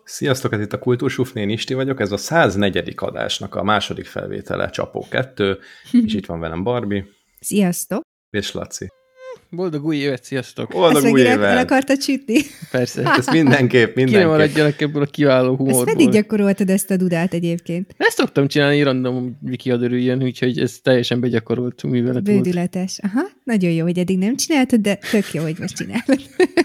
Sziasztok, ez itt a Kultúrsufni, én Isti vagyok, ez a 104. adásnak a második felvétele, Csapó 2, és itt van velem Barbie. Sziasztok! És Laci. Boldog új évet, sziasztok! Boldog új évet! El akartad sütni? Persze. Ez mindenképp. Ki nem maradjanak ebből a kiváló humorból. Ezt pedig gyakoroltad ezt a dudát egyébként. Ezt szoktam csinálni, random Viki adörüljön, úgyhogy ez teljesen begyakoroltunk művelet volt. Bődületes. Aha, nagyon jó, hogy eddig nem csináltad, de tök jó, hogy most csinálod.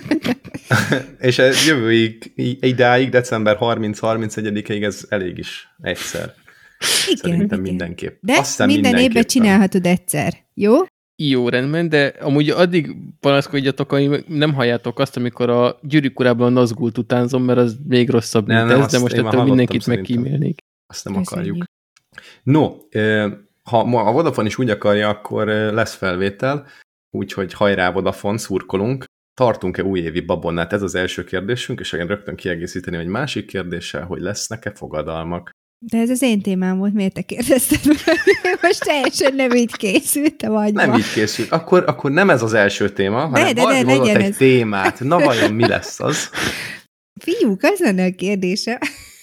És ez jövőig, idáig, december 30-31-ig ez elég is egyszer. Igen, szerintem igen. mindenképp. De minden évben csinálhatod egyszer, jó? Jó, rendben, de amúgy addig panaszkodjatok, hogy nem halljátok azt, amikor a Gyűrűk Urában a Nazgult utánzom, mert az még rosszabb, mint ez, de most ettől mindenkit megkímélnék. Azt nem akarjuk. No, ha a Vodafone is úgy akarja, akkor lesz felvétel, úgyhogy hajrá Vodafone, szurkolunk. Tartunk-e újévi babonnát? Ez az első kérdésünk, és én rögtön kiegészíteni egy másik kérdéssel, hogy lesznek-e fogadalmak. De ez az én témám volt, miért te kérdezted? Most teljesen nem így készült, vagy nem így készült. Akkor nem ez az első téma, hanem Barbie hozott egy témát. Na vajon mi lesz az? Fiúk, az lenne a kérdése.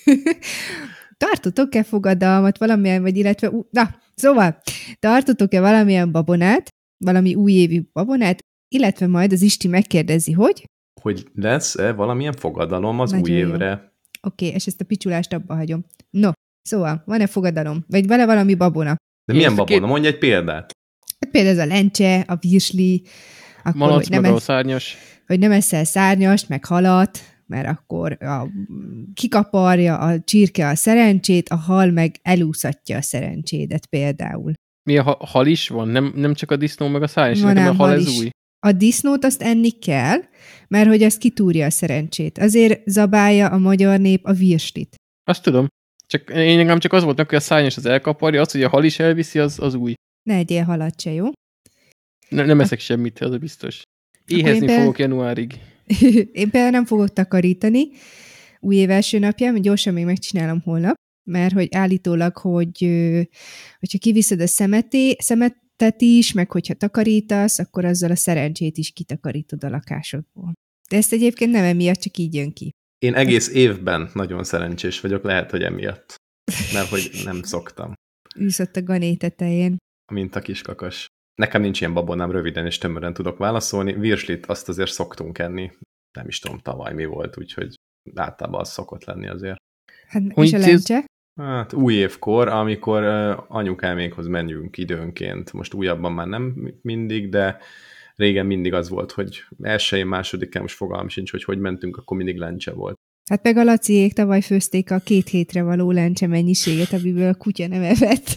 Tartotok-e fogadalmat valamilyen, vagy illetve... Szóval, tartotok-e valamilyen babonát, valami újévi babonát, illetve majd az Isti megkérdezi, hogy? Hogy lesz-e valamilyen fogadalom az új évre? Oké, és ezt a picsulást abba hagyom. No, szóval, van-e fogadalom? Vagy van-e valami babona? De milyen babona? Mondj egy példát. Hát például ez a lencse, a virsli, akkor, malac, hogy nem szárnyas. Hogy nem eszel szárnyast, meg halat, mert akkor kikaparja a csirke a szerencsét, a hal meg elúszatja a szerencsédet például. Mi a hal is van? Nem csak a disznó meg a szárnyas, van, a hal ez új? A disznót azt enni kell, mert hogy az kitúrja a szerencsét. Azért zabálja a magyar nép a virslit. Azt tudom. Én engem csak az volt, hogy a szárnyas az elkaparja, az, hogy a hal is elviszi, az új. Ne egyél halat se, jó? Nem eszek semmit, az a biztos. Éhezni fogok januárig. Én például nem fogok takarítani új év első napján, gyorsan még megcsinálom holnap, mert hogy állítólag, hogyha kiviszed a szemetet is, meg hogyha takarítasz, akkor azzal a szerencsét is kitakarítod a lakásodból. De ezt egyébként nem emiatt, csak így jön ki. Én egész évben nagyon szerencsés vagyok, lehet, hogy emiatt. Mert hogy nem szoktam. Ülsz ott a gané tetején. Mint a kiskakas. Nekem nincs ilyen babonám, röviden és tömören tudok válaszolni. Virslit azt azért szoktunk enni. Nem is tudom, tavaly mi volt, úgyhogy általában az szokott lenni azért. Hát, és a lencse? Hát új évkor, amikor anyukámékhoz menjünk időnként. Most újabban már nem mindig, de régen mindig az volt, hogy elsőjén, másodikán, most fogalmam sincs, hogy mentünk, akkor mindig lencse volt. Hát meg a Laciék tavaly főzték a 2 hétre való lencse mennyiséget, amiből a kutya nem evett.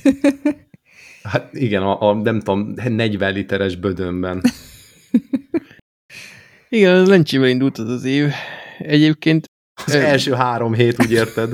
Hát igen, nem tudom, 40 literes bödönben. Igen, a lencsével indult az év. Egyébként... Az első 3 hét, úgy érted?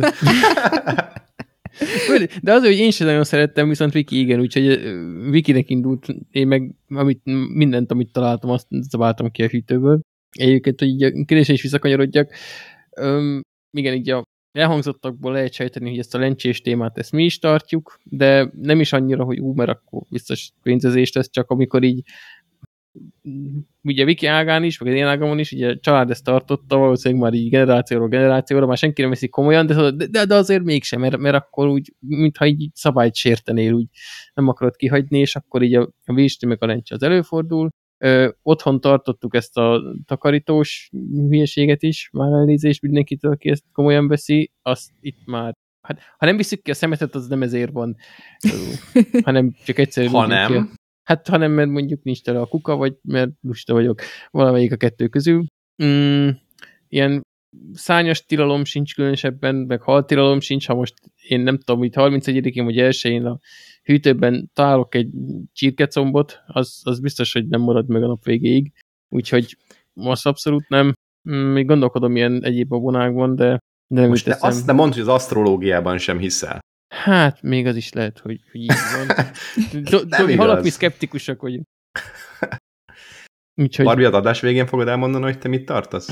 De az, hogy én sem nagyon szerettem, viszont Viki igen, úgyhogy Vikinek indult, én meg mindent, amit találtam, azt zabáltam ki a hűtőből. Egyébként, hogy így a kérdésre is visszakanyarodjak, igen, így a elhangzottakból lehet sejteni, hogy ezt a lencsés témát, ezt mi is tartjuk, de nem is annyira, hogy mert akkor biztos pénzezést lesz, csak amikor így ugye Viki ágán is, meg az én ágamon is, ugye a család ezt tartotta, valószínűleg már így generációra, már senki nem veszik komolyan, de azért mégsem, mert akkor úgy, mintha így szabályt sértenél, úgy nem akarod kihagyni, és akkor így a virsli meg a lencse az előfordul. Otthon tartottuk ezt a takarítós hülyeséget is, már elnézést mindenkitől, aki ezt komolyan veszi, azt itt már, hát ha nem viszük ki a szemetet, az nem ezért van, hanem csak egyszerűen ha nem. Hát, hanem mert mondjuk nincs tele a kuka, vagy mert lusta vagyok, valamelyik a kettő közül. Ilyen szárnyas tilalom sincs különösebben, meg hal tilalom sincs, ha most én nem tudom, hogy 31-én vagy 1-én a hűtőben találok egy csirkecombot, az biztos, hogy nem marad meg a nap végéig. Úgyhogy most abszolút nem. Még gondolkodom ilyen egyéb babonákban, de nem most azt nem mondd, hogy az asztrológiában sem hiszel. Hát, még az is lehet, hogy így van. Halak mi szkeptikusak vagyunk. Úgyhogy... Barbie, az adás végén fogod elmondani, hogy te mit tartasz?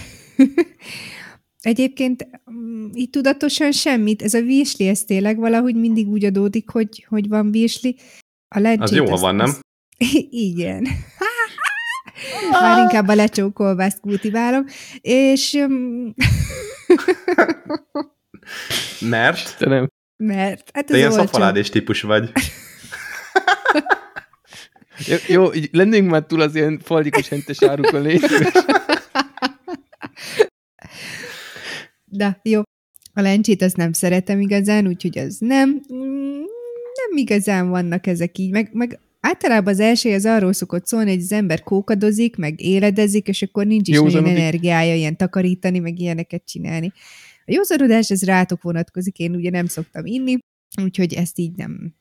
Egyébként így tudatosan semmit. Ez a virsli, ez tényleg valahogy mindig úgy adódik, hogy van virsli. A lencsét, az jól van, nem? Igen. Már inkább a lecsókolvászt kultiválom. És... Mert? Istenem. Mert hát Te ez ilyen olcsó. szafaládés típus vagy. Jó, így lennénk már túl az ilyen faldikus hentes árukon, légy szíves. De jó. A lencsét azt nem szeretem igazán, úgyhogy az nem igazán vannak ezek így. Meg általában az első az arról szokott szólni, hogy az ember kókadozik, meg éledezik, és akkor nincs is nagyon energiája ilyen takarítani, meg ilyeneket csinálni. A józanodás, ez rátok vonatkozik, én ugye nem szoktam inni, úgyhogy ezt így nem.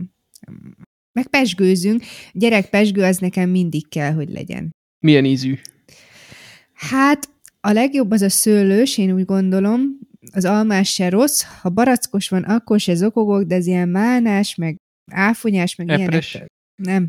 Meg pesgőzünk. Gyerekpesgő az nekem mindig kell, hogy legyen. Milyen ízű? Hát a legjobb az a szőlős, én úgy gondolom, az almás se rossz, ha barackos van, akkor se zokogok, de ez ilyen málnás, meg áfonyás, meg Epres. ilyenek. Nem.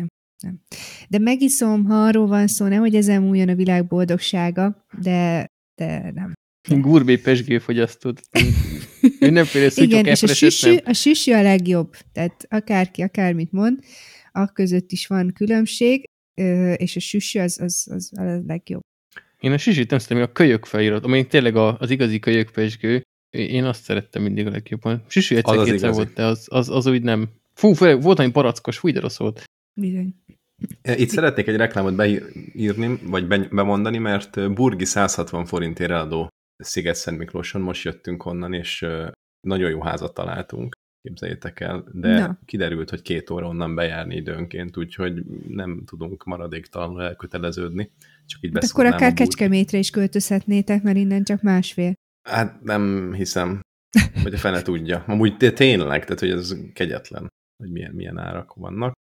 De megiszom, ha arról van szó, nehogy ezen múljon a világ boldogsága, de nem. Gurbé pesgőfogyasztót. Mindenféle szúcsok igen, és epreset nem. a süsű a legjobb. Tehát akárki, akármit mond, között is van különbség, és a süsű az a legjobb. Én a süsűt nem szeretem, a kölyök felirat, amelyik tényleg az igazi kölyökpesgő, én azt szerettem mindig a legjobban. Süsű egyszer-kétszer volt, de az úgy nem. Fú, volt ami barackos, fú, de rossz volt. Bizony. Itt szeretnék egy reklámot beírni, vagy bemondani, mert Burgi 160 forintért eladó Sziget-Szent Miklóson, most jöttünk onnan, és nagyon jó házat találtunk, képzeljétek el, de kiderült, hogy 2 óra onnan bejárni időnként, úgyhogy nem tudunk maradéktalanul elköteleződni. Csak így hát akkor akár Kecskemétre is költözhetnétek, mert innen csak 1,5. Hát nem hiszem, hogy a fene tudja. Amúgy tényleg, tehát hogy ez kegyetlen, hogy milyen árak vannak,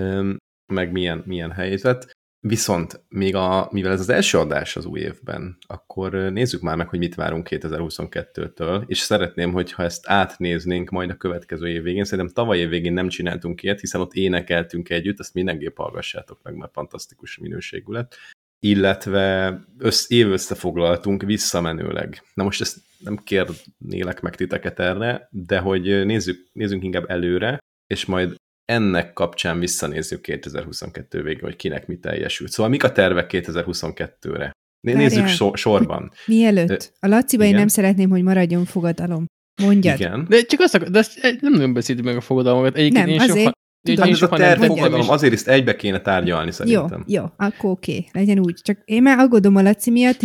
meg milyen helyzet. Viszont még mivel ez az első adás az új évben, akkor nézzük már meg, hogy mit várunk 2022-től, és szeretném, hogyha ezt átnéznénk majd a következő év végén. Szerintem tavaly év végén nem csináltunk ilyet, hiszen ott énekeltünk együtt, ezt mindenképp hallgassátok meg, mert fantasztikus minőségű lett. Illetve év összefoglaltunk visszamenőleg. Na most ezt nem kérnélek meg titeket erre, de hogy nézzünk inkább előre, és majd ennek kapcsán visszanézzük 2022 végén, hogy kinek mi teljesült. Szóval mik a tervek 2022-re? Nézzük sorban. Mielőtt. A Laciba én nem szeretném, hogy maradjon fogadalom. Mondjad. Igen. De csak de nem nagyon beszéltük meg a fogadalmakat. Nem, azért. Tudom, ez a tervfogadalom, azért is egybe kéne tárgyalni szerintem. Jó, akkor oké, legyen úgy. Csak én már aggódom a Laci miatt,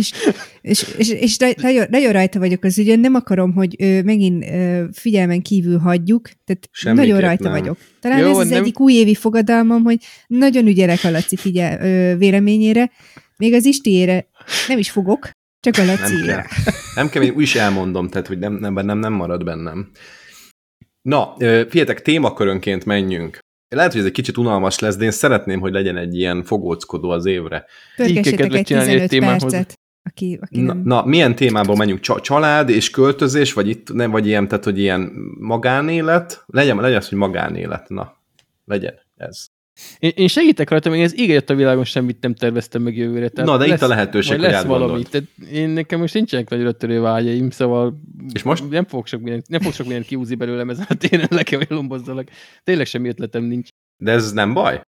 és nagyon rajta vagyok az ügyön, nem akarom, hogy megint figyelmen kívül hagyjuk, tehát semmiképp nagyon rajta vagyok. Talán jó, ez az egyik újévi fogadalmam, hogy nagyon ügyelek a Laci véleményére, még az Istiére nem is fogok, csak a Laciére. Nem kell, én úgy is elmondom, tehát hogy nem marad bennem. Na, figyeljetek, témakörönként menjünk. Lehet, hogy ez egy kicsit unalmas lesz, de én szeretném, hogy legyen egy ilyen fogóckodó az évre. Pörgessetek egy 15 percet. Aki na, milyen témából menjünk? Család és költözés, vagy itt nem, vagy ilyen, tehát, hogy ilyen magánélet? Legyen az, hogy magánélet. Na, legyen ez. Én segítek rajta, még ez ígért a világon semmit nem terveztem meg jövőre. Na, de itt a lehetőség, hogy valami. Nekem most nincsenek nagyra törő vágyaim, szóval és most? Nem fog sok mindent kiúzni belőlem ezen a téren, le kell, hogy lombozzalak. Tényleg semmi ötletem nincs. De ez nem baj?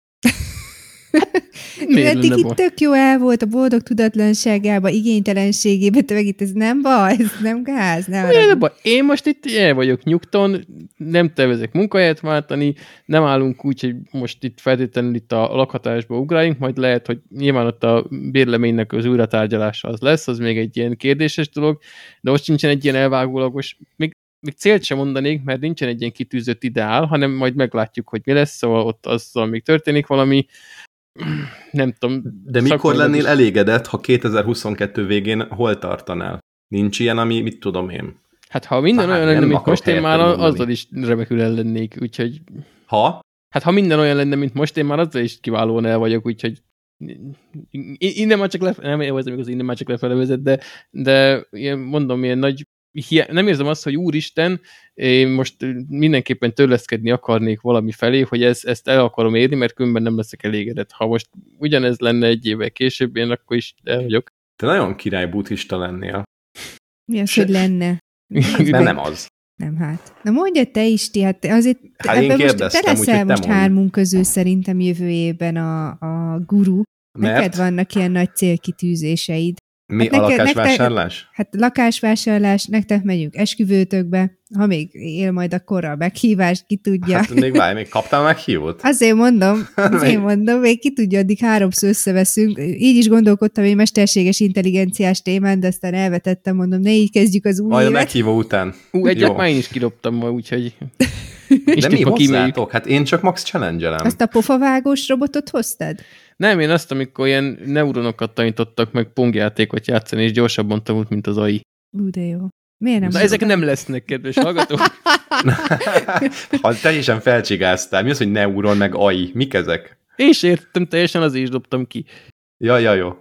Eddig itt tök jó el volt a boldog tudatlanságába, igénytelenségébe, te meg itt ez nem baj, ez nem gáz. Nem baj. Én most itt el vagyok nyugton, nem tervezek munkahelyet váltani, nem állunk úgy, hogy most itt feltétlenül itt a lakhatásba ugráljunk, majd lehet, hogy nyilván ott a bérleménynek az újratárgyalása az lesz, az még egy ilyen kérdéses dolog, de most nincsen egy ilyen elvágólagos, még célt sem mondanék, mert nincsen egy ilyen kitűzött ideál, hanem majd meglátjuk, hogy mi lesz, szóval ott azzal még történik valami, nem tudom. De mikor lennél elégedett, ha 2022 végén hol tartanál? Nincs ilyen, ami, mit tudom én? Hát ha minden olyan lenne, mint most, én már azzal is remekül el lennék, úgyhogy... Ha? Hát ha minden olyan lenne, mint most, én már azzal is kiválóan el vagyok, úgyhogy innen már csak nem élvezem, igaz, innen már csak lefele vezet, de ilyen, mondom, ilyen nagy nem érzem azt, hogy úristen, én most mindenképpen törleszkedni akarnék valami felé, hogy ezt el akarom érni, mert különben nem leszek elégedett. Ha most ugyanez lenne egy évvel később, én akkor is el vagyok. Te nagyon király buddhista lennél. Mi az, hogy lenne? Mert nem az. Nem, hát. Na mondja te is, hát azért hát én te leszel most hármunk közül szerintem jövő évben a guru. Mert? Neked vannak ilyen nagy célkitűzéseid. Mi a lakásvásárlás? Hát lakásvásárlás, nektek megyünk esküvőtökbe, ha még él majd a korral meghívást, ki tudja. Hát még kaptál meghívót? Azért mondom, még ki tudja, addig 3-szor összeveszünk. Így is gondolkodtam egy mesterséges intelligenciás témán, de aztán elvetettem, mondom, ne így kezdjük az új majd évet. A meghívó után. Egyet már én is kidobtam ma, úgyhogy... De mi hozzátok? Hát én csak max challenge-elem. Azt a pofavágós robotot hoztad? Nem, én azt, amikor ilyen neuronokat tanítottak meg pongjátékot játszani, és gyorsabban tanult, mint az AI. De jó. Miért nem? De ezek nem lesznek, kedves hallgatók. Ha teljesen felcsigáztál, mi az, hogy neuron meg AI? Mik ezek? Én is értettem teljesen, azért is dobtam ki. Ja, jó.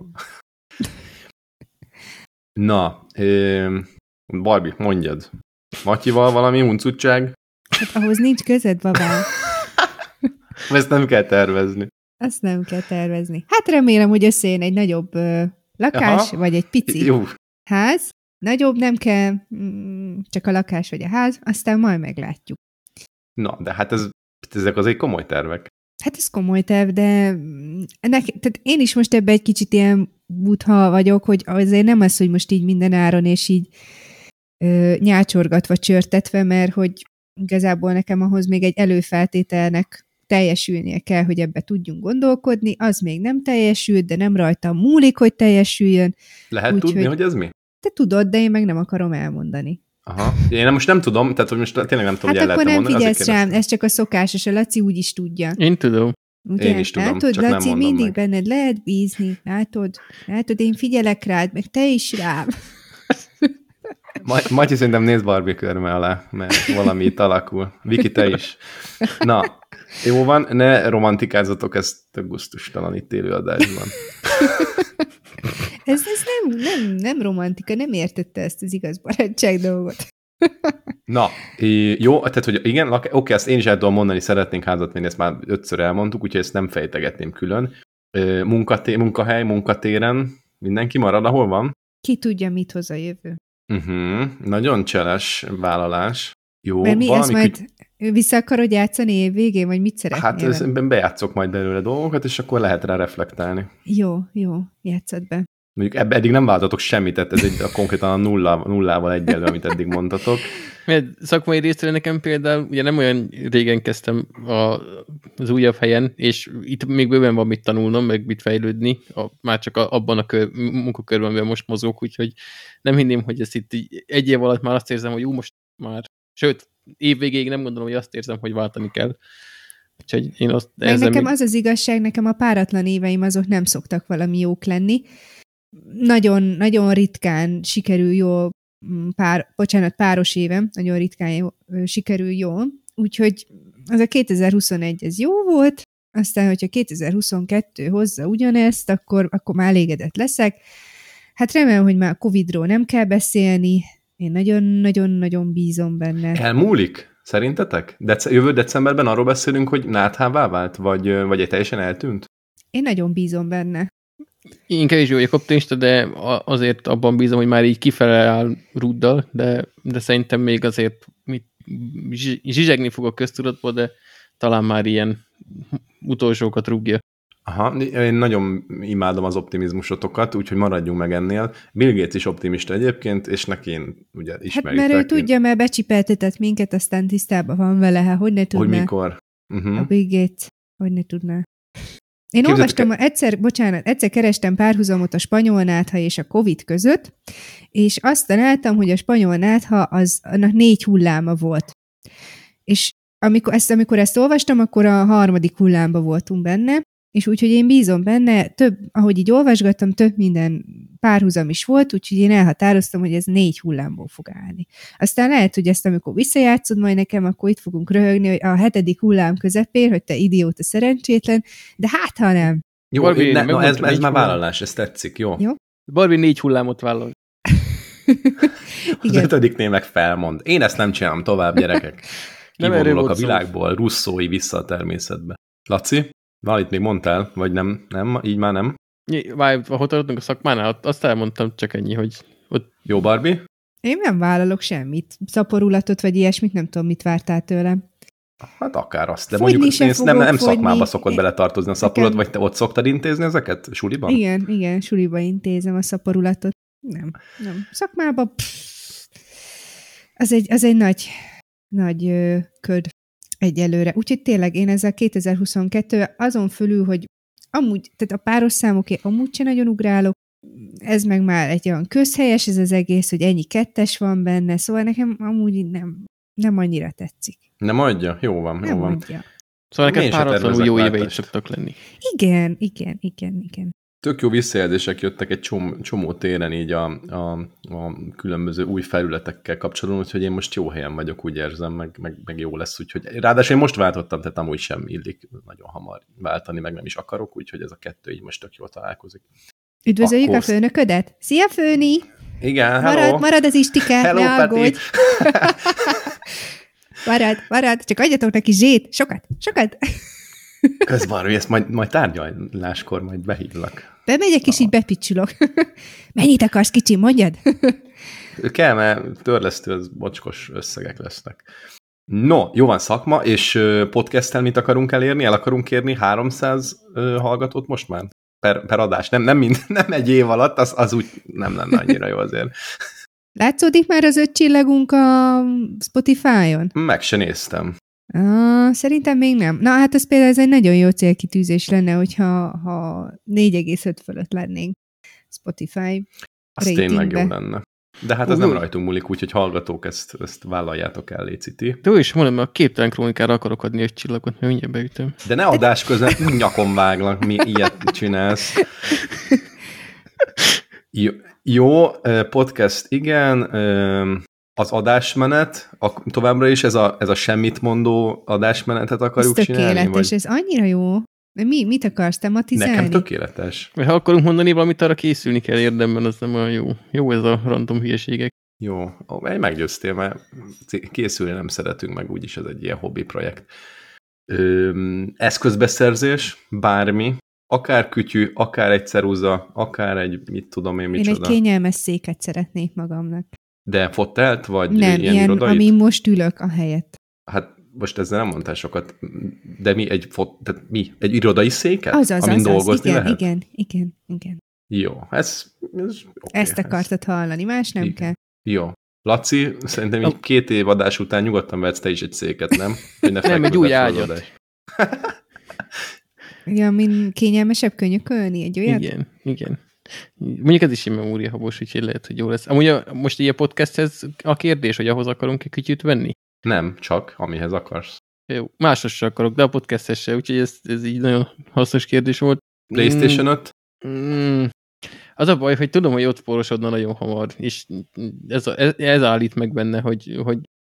Na, Barbie, mondjad. Matyival valami huncutság? Hát ahhoz nincs közed, babám. Ezt nem kell tervezni. Azt nem kell tervezni. Hát remélem, hogy összejön egy nagyobb lakás, vagy egy pici Jó. ház. Nagyobb nem kell, csak a lakás vagy a ház, aztán majd meglátjuk. Na, de hát ezek azért komoly tervek. Hát ez komoly terv, de tehát én is most ebben egy kicsit ilyen butha vagyok, hogy azért nem az, hogy most így minden áron, és így nyácsorgatva, csörtetve, mert hogy igazából nekem ahhoz még egy előfeltételnek teljesülnie kell, hogy ebbe tudjunk gondolkodni, az még nem teljesült, de nem rajtam múlik, hogy teljesüljön. Lehet tudni, hogy ez mi? Te tudod, de én meg nem akarom elmondani. Aha. Én most nem tudom, tehát hogy most tényleg nem tudom, hát hogy el akkor nem mondani. figyelsz rám, ez csak a szokásos, a Laci úgy is tudja. Én tudom. Ugye? Én is tudom, látod, csak Laci, nem mondom mindig meg. benned lehet bízni, látod, én figyelek rád, meg te is rám. Matyi szerintem nézd Barbie körme alá, mert valami itt alakul. Viki, te is. Na, jó van, ne romantikázzatok ezt a gusztustalan itt élő adásban. Ez nem romantika, nem értette ezt az igaz barátság dolgot. Na, jó, tehát, hogy igen, oké, ezt én is el tudom mondani, szeretnénk házat venni, ezt már 5-ször elmondtuk, úgyhogy ezt nem fejtegetném külön. Munkahely, munkatéren, mindenki marad, ahol van? Ki tudja, mit hoz a jövő. Nagyon cseles vállalás. Jó, mert mi ezt majd vissza akarod játszani évvégén, vagy mit szeretnél? Hát bejátszok majd belőle dolgokat, és akkor lehet rá reflektálni. Jó, játszad be. Mondjuk eddig nem váltatok semmit, tehát ez konkrétan a nullával egyenlő, amit eddig mondtatok. Mert szakmai részről nekem például, ugye nem olyan régen kezdtem az újabb helyen, és itt még bőven van mit tanulnom, meg mit fejlődni, már csak abban a munkakörben, amiben most mozgok, úgyhogy nem hinném, hogy ezt itt egy év alatt már azt érzem, hogy most már, sőt, évvégéig nem gondolom, hogy azt érzem, hogy váltani kell. Úgyhogy én azt nekem az az igazság, nekem a páratlan éveim azok nem szoktak valami jók lenni. Nagyon ritkán sikerül jó páros évem, nagyon ritkán sikerül jó, úgyhogy az a 2021 ez jó volt, aztán, hogyha 2022 hozza ugyanezt, akkor már elégedett leszek. Hát remélem, hogy már Covid-ról nem kell beszélni, én nagyon-nagyon bízom benne. Elmúlik? Szerintetek? Jövő decemberben arról beszélünk, hogy náthává vált, vagy teljesen eltűnt? Én nagyon bízom benne. Én kevésbé vagyok optimista, de azért abban bízom, hogy már így kifele áll rúddal, de szerintem még azért zsizsegni fog a köztudatból, de talán már ilyen utolsókat rúgja. Aha, én nagyon imádom az optimizmusotokat, úgyhogy maradjunk meg ennél. Bill Gates is optimista egyébként, és neki én ugye ismeritek. Hát mert ő tudja, mert becsipeltetett minket, aztán tisztában van vele, hogy ne tudná. Hogy mikor? A Bill Gates, hogy ne tudná. Én olvastam, egyszer kerestem párhuzamot a spanyol nátha és a Covid között, és azt találtam, hogy a spanyol nátha annak 4 hulláma volt. És amikor ezt olvastam, akkor a 3. hullámba voltunk benne, és úgyhogy én bízom benne, ahogy így olvasgattam, több minden párhuzam is volt, úgyhogy én elhatároztam, hogy ez 4 hullámból fog állni. Aztán lehet, hogy ezt amikor visszajátszod majd nekem, akkor itt fogunk röhögni, hogy a 7. hullám közepén, hogy te idióta szerencsétlen, de hát ha nem. Jó, Barbie, ez már vállalás, ez tetszik, jó? Barbie 4 hullámot vállal. Az 5. meg felmond. Én ezt nem csinálom tovább, gyerekek. Kivonulok a világból, russzói vissza a természetbe. Laci? Valit még mondtál, vagy nem? Nem? Így már nem? Várj, ahol tartunk a szakmánál, azt elmondtam csak ennyi, hogy ott... Jó, Barbie? Én nem vállalok semmit. Szaporulatot, vagy ilyesmit, nem tudom, mit vártál tőlem. Hát akár azt, de mondjuk nem szakmába szokott beletartozni a szaporulat, vagy te ott szoktad intézni ezeket suliban? Igen, suliban intézem a szaporulatot. Nem. Szakmában az egy nagy köd egyelőre. Úgyhogy tényleg én ezzel 2022 azon fölül, hogy amúgy, tehát a páros számok amúgy sem nagyon ugrálok, ez meg már egy olyan közhelyes ez az egész, hogy ennyi kettes van benne, szóval nekem amúgy nem annyira tetszik. Nem adja? Jó van. Adja. Szóval neked páratlanul jó éveid szoktak lenni. Igen. Tök jó visszajelzések jöttek egy csomó téren így a különböző új felületekkel kapcsolatban, úgyhogy én most jó helyen vagyok, úgy érzem, meg jó lesz, úgyhogy ráadásul én most váltottam, tehát amúgy sem illik nagyon hamar váltani, meg nem is akarok, úgyhogy ez a kettő így most tök jól találkozik. Üdvözöljük a főnöködet! Szia, Főni! Igen, hello! Marad az Istike, hello, ne aggódj! Marad, csak adjatok neki zsét, sokat! Közben, hogy ezt majd tárgyaláskor majd behívlak. Bemegyek és így bepicsulok. Mennyit akarsz, kicsi, mondjad? Kell, mert törlesztő, az bocskos összegek lesznek. No, jó van szakma, és podcasttel mit akarunk elérni? El akarunk kérni 300 hallgatót most már? Per adás. Nem egy év alatt, az úgy nem lenne annyira jó azért. Látszódik már az 5 csillagunk a Spotify-on? Meg se néztem. Szerintem még nem. Na hát ez például egy nagyon jó célkitűzés lenne, hogyha 4,5 fölött lennénk Spotify az tényleg jó lenne. De hát az nem rajtunk múlik, úgyhogy hallgatók, ezt vállaljátok el, Léciti. Jó, és mondom, a Képtelen Krónikára akarok adni 5 csillagot, mert mindjárt beütöm. De ne adás közben nyakon váglak, mi ilyet csinálsz. Jó, podcast, igen, az adásmenet, továbbra is ez a semmit mondó adásmenetet akarjuk csinálni? Tökéletes, ez annyira jó. De mit akarsz tematizálni? Nekem tökéletes. Ha akarunk mondani valamit, arra készülni kell érdemben, az nem olyan jó. Jó ez a random hülyeségek. Jó, meggyőztél, mert készülni nem szeretünk, meg úgyis ez egy ilyen hobbi projekt. Eszközbeszerzés, bármi, akár kütyű, akár egy ceruza, akár egy, mit tudom én, micsoda. Én egy kényelmes széket szeretnék magamnak. De fotelt, vagy nem, ilyen irodait? Amin most ülök a helyet. Hát most ezzel nem mondtál sokat, de tehát mi? Egy irodai széket? Amin dolgozni lehet? Igen. Jó, ez okay, ezt akartad hallani, más nem kell. Jó. Laci, szerintem így 2 év adás után nyugodtan vehetsz te is egy széket, nem? Nem, egy új ágyat. Igen, min kényelmesebb könyökölni, egy olyat? Igen. Mondjuk ez is egy memóriahabos, úgyhogy lehet, hogy jó lesz. Amúgy most így a podcasthez a kérdés, hogy ahhoz akarunk-e kütyűt venni? Nem, csak amihez akarsz. Jó, máshoz sem akarok, de a podcasthez sem, úgyhogy ez így nagyon hasznos kérdés volt. PlayStation 5? Az a baj, hogy tudom, hogy ott spórosodna nagyon hamar, és ez állít meg benne, hogy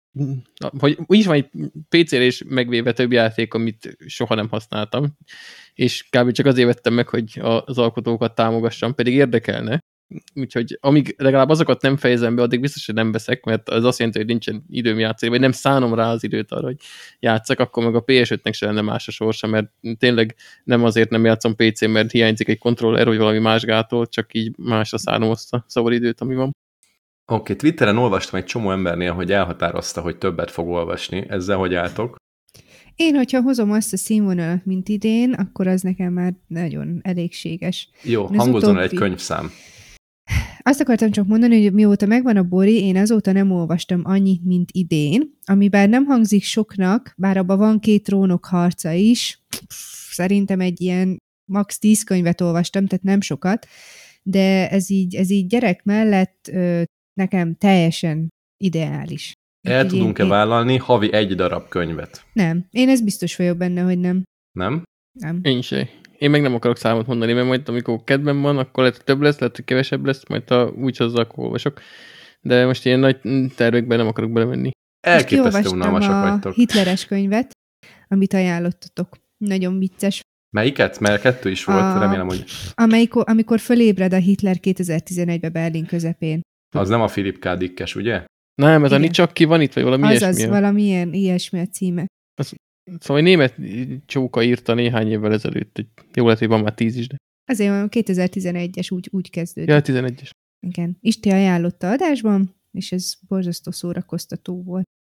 úgyis van egy PC-re is megvéve több játék, amit soha nem használtam, és kb. Csak azért vettem meg, hogy az alkotókat támogassam, pedig érdekelne. Úgyhogy amíg legalább azokat nem fejezem be, addig biztos, hogy nem veszek, mert az azt jelenti, hogy nincsen időm játszani, vagy nem szánom rá az időt arra, hogy játszak, akkor meg a PS5-nek se lenne más a sorsa, mert tényleg nem azért nem játszom PC-n, mert hiányzik egy kontroller, vagy valami más gától, csak így másra szánom azt a szabad időt, ami van. Oké, Twitteren olvastam egy csomó embernél, hogy elhatározta, hogy többet fog olvasni. Ezzel hogy álltok? Én, hogyha hozom azt a színvonalat, mint idén, akkor az nekem már nagyon elégséges. Jó, hangozzon egy könyvszám. Azt akartam csak mondani, hogy mióta megvan a Bori, én azóta nem olvastam annyit, mint idén, ami bár nem hangzik soknak, bár abban van 2 trónok harca is, szerintem egy ilyen max 10 könyvet olvastam, tehát nem sokat, de ez így gyerek mellett nekem teljesen ideális. El tudunk-e vállalni havi 1 darab könyvet? Nem. Én ez biztos vagyok benne, hogy nem. Nem? Nem. Én se. Én meg nem akarok számot mondani, mert majd amikor kedvem van, akkor lehet, hogy több lesz, lehet, hogy kevesebb lesz, majd ha úgy hozzá, akkor olvasok. De most ilyen nagy tervekben nem akarok belemenni. Elképesztő unalmasak vagytok. A hitleres könyvet, amit ajánlottatok. Nagyon vicces. Melyiket? Mert 2 is volt, remélem, hogy... Amikor fölébred a Hitler 2011-ben Berlin közepén. Az nem a Philip K. Dickes, ugye? Nem, ez a csak ki van itt, vagy valami ilyesmi. Azaz, valamilyen ilyesmi a címe. Szóval német csóka írta néhány évvel ezelőtt. Jó lehet, hogy van már 10 is, de... Azért van 2011-es, úgy kezdődik. Ja, 11-es. Igen. Isti ajánlotta adásban, és ez borzasztó szórakoztató volt.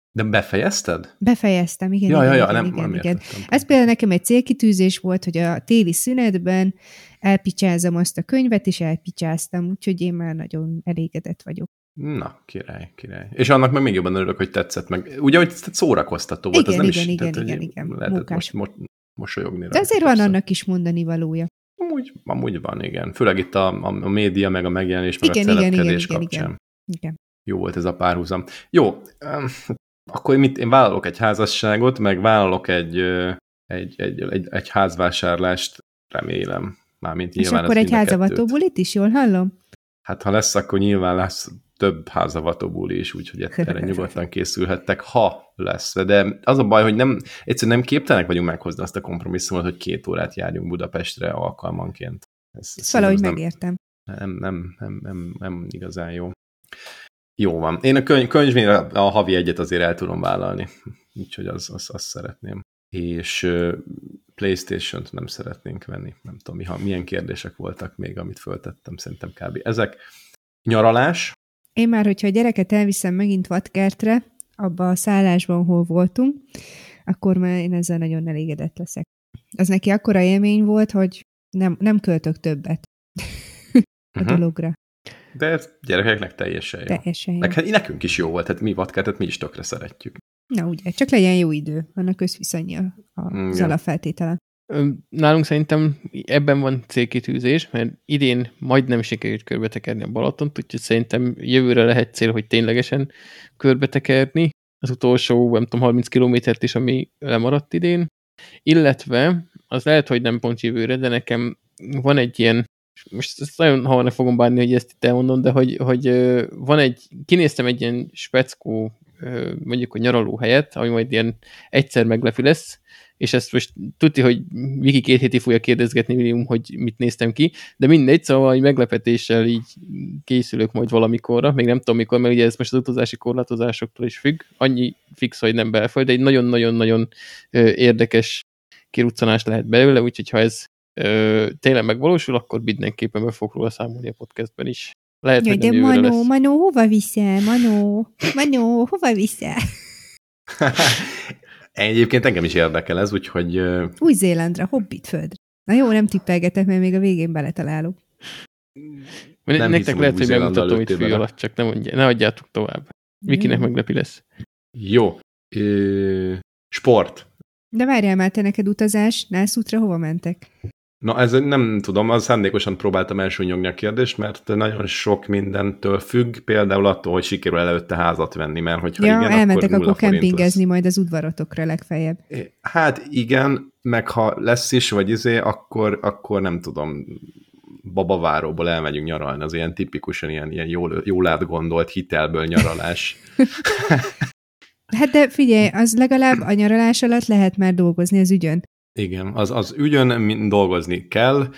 De befejezted? Befejeztem, igen. Ja, igen. Ez például nekem egy célkitűzés volt, hogy a téli szünetben elpicsázom azt a könyvet, és elpicsáztam, úgyhogy én már nagyon elégedett vagyok. Na, király. És annak meg még jobban örülök, hogy tetszett meg. Ugye, hogy szórakoztató volt, igen, az nem igen. lehetett mosolyogni rá. De azért van annak is mondani valója. Amúgy van, igen. Főleg itt a média, meg a megjelenés, meg a telepkedés kapcsán. Igen. Jó volt ez a párhuzam. Jó, akkor én vállalok egy házasságot, meg vállalok egy házvásárlást, remélem. Mármint és akkor egy házavató-bulit is, jól hallom? Hát ha lesz, akkor nyilván lesz több házavató-buli is, úgyhogy erre nyugodtan készülhettek, ha lesz. De az a baj, hogy egyszerűen nem képtelenek vagyunk meghozni azt a kompromisszumot, hogy 2 órát járjunk Budapestre alkalmanként. Ezt valahogy megértem. Nem igazán jó. Jó van. Én a könyvnél a havi egyet azért el tudom vállalni. Úgyhogy azt szeretném. És PlayStation-t nem szeretnénk venni. Nem tudom, milyen kérdések voltak még, amit föltettem. Szerintem kb. Ezek. Nyaralás. Én már, hogyha a gyereket elviszem megint vadkertre, abba a szállásban, hol voltunk, akkor már én ezzel nagyon elégedett leszek. Az neki akkora élmény volt, hogy nem költök többet a dologra. De ez gyerekeknek teljesen jó. Teljesen jó. Nekünk is jó volt, tehát mi vadkertet mi is tökre szeretjük. Na ugye, csak legyen jó idő, annak összviszonyja az alapfeltétele. Nálunk szerintem ebben van célkitűzés, mert idén majdnem sikerült körbetekerni a Balatont, úgyhogy szerintem jövőre lehet cél, hogy ténylegesen körbetekerni az utolsó, nem tudom, 30 kilométert is, ami lemaradt idén. Illetve, az lehet, hogy nem pont jövőre, de nekem van egy ilyen, most ezt nagyon hamar fogom bánni, hogy ezt itt elmondom, de hogy kinéztem egy ilyen speckó, mondjuk a nyaralóhelyet, ami majd ilyen egyszer meglepi lesz, és ezt most tudti, hogy Viki 2 hétig fogja kérdezgetni minimum, hogy mit néztem ki, de mindegy, szóval egy meglepetéssel így készülök majd valamikorra, még nem tudom mikor, mert ugye ez most az utazási korlátozásoktól is függ, annyi fix, hogy nem belföld, de egy nagyon-nagyon-nagyon érdekes kiruccanás lehet belőle, úgyhogy ha ez tényleg megvalósul, akkor mindenképpen be fogok róla számolni a podcastben is. Lehet, jaj, de Manó, hova viszel? Manó, hova viszel? Egyébként engem is érdekel ez, úgyhogy... Új-Zélandra, Hobbitföldre. Na jó, nem tippelgetek, mert még a végén beletalálok. Nektek lehet, hogy megmutatom itt fű alatt, csak ne adjátok tovább. Vikinek meglepi lesz. Jó. Sport. De várjál már, te neked utazás, nászútra hova mentek? Na, ez nem tudom, az szándékosan próbáltam elsúnyogni a kérdést, mert nagyon sok mindentől függ, például attól, hogy sikerül előtte házat venni, mert hogyha igen, elmentek akkor kempingezni majd az udvarotokra legfeljebb. Hát igen, meg ha lesz is, vagy akkor nem tudom, Babaváróból elmegyünk nyaralni, az ilyen tipikusan ilyen jól átgondolt hitelből nyaralás. Hát de figyelj, az legalább a nyaralás alatt lehet már dolgozni az ügyön. Igen, az ügyön dolgozni kell.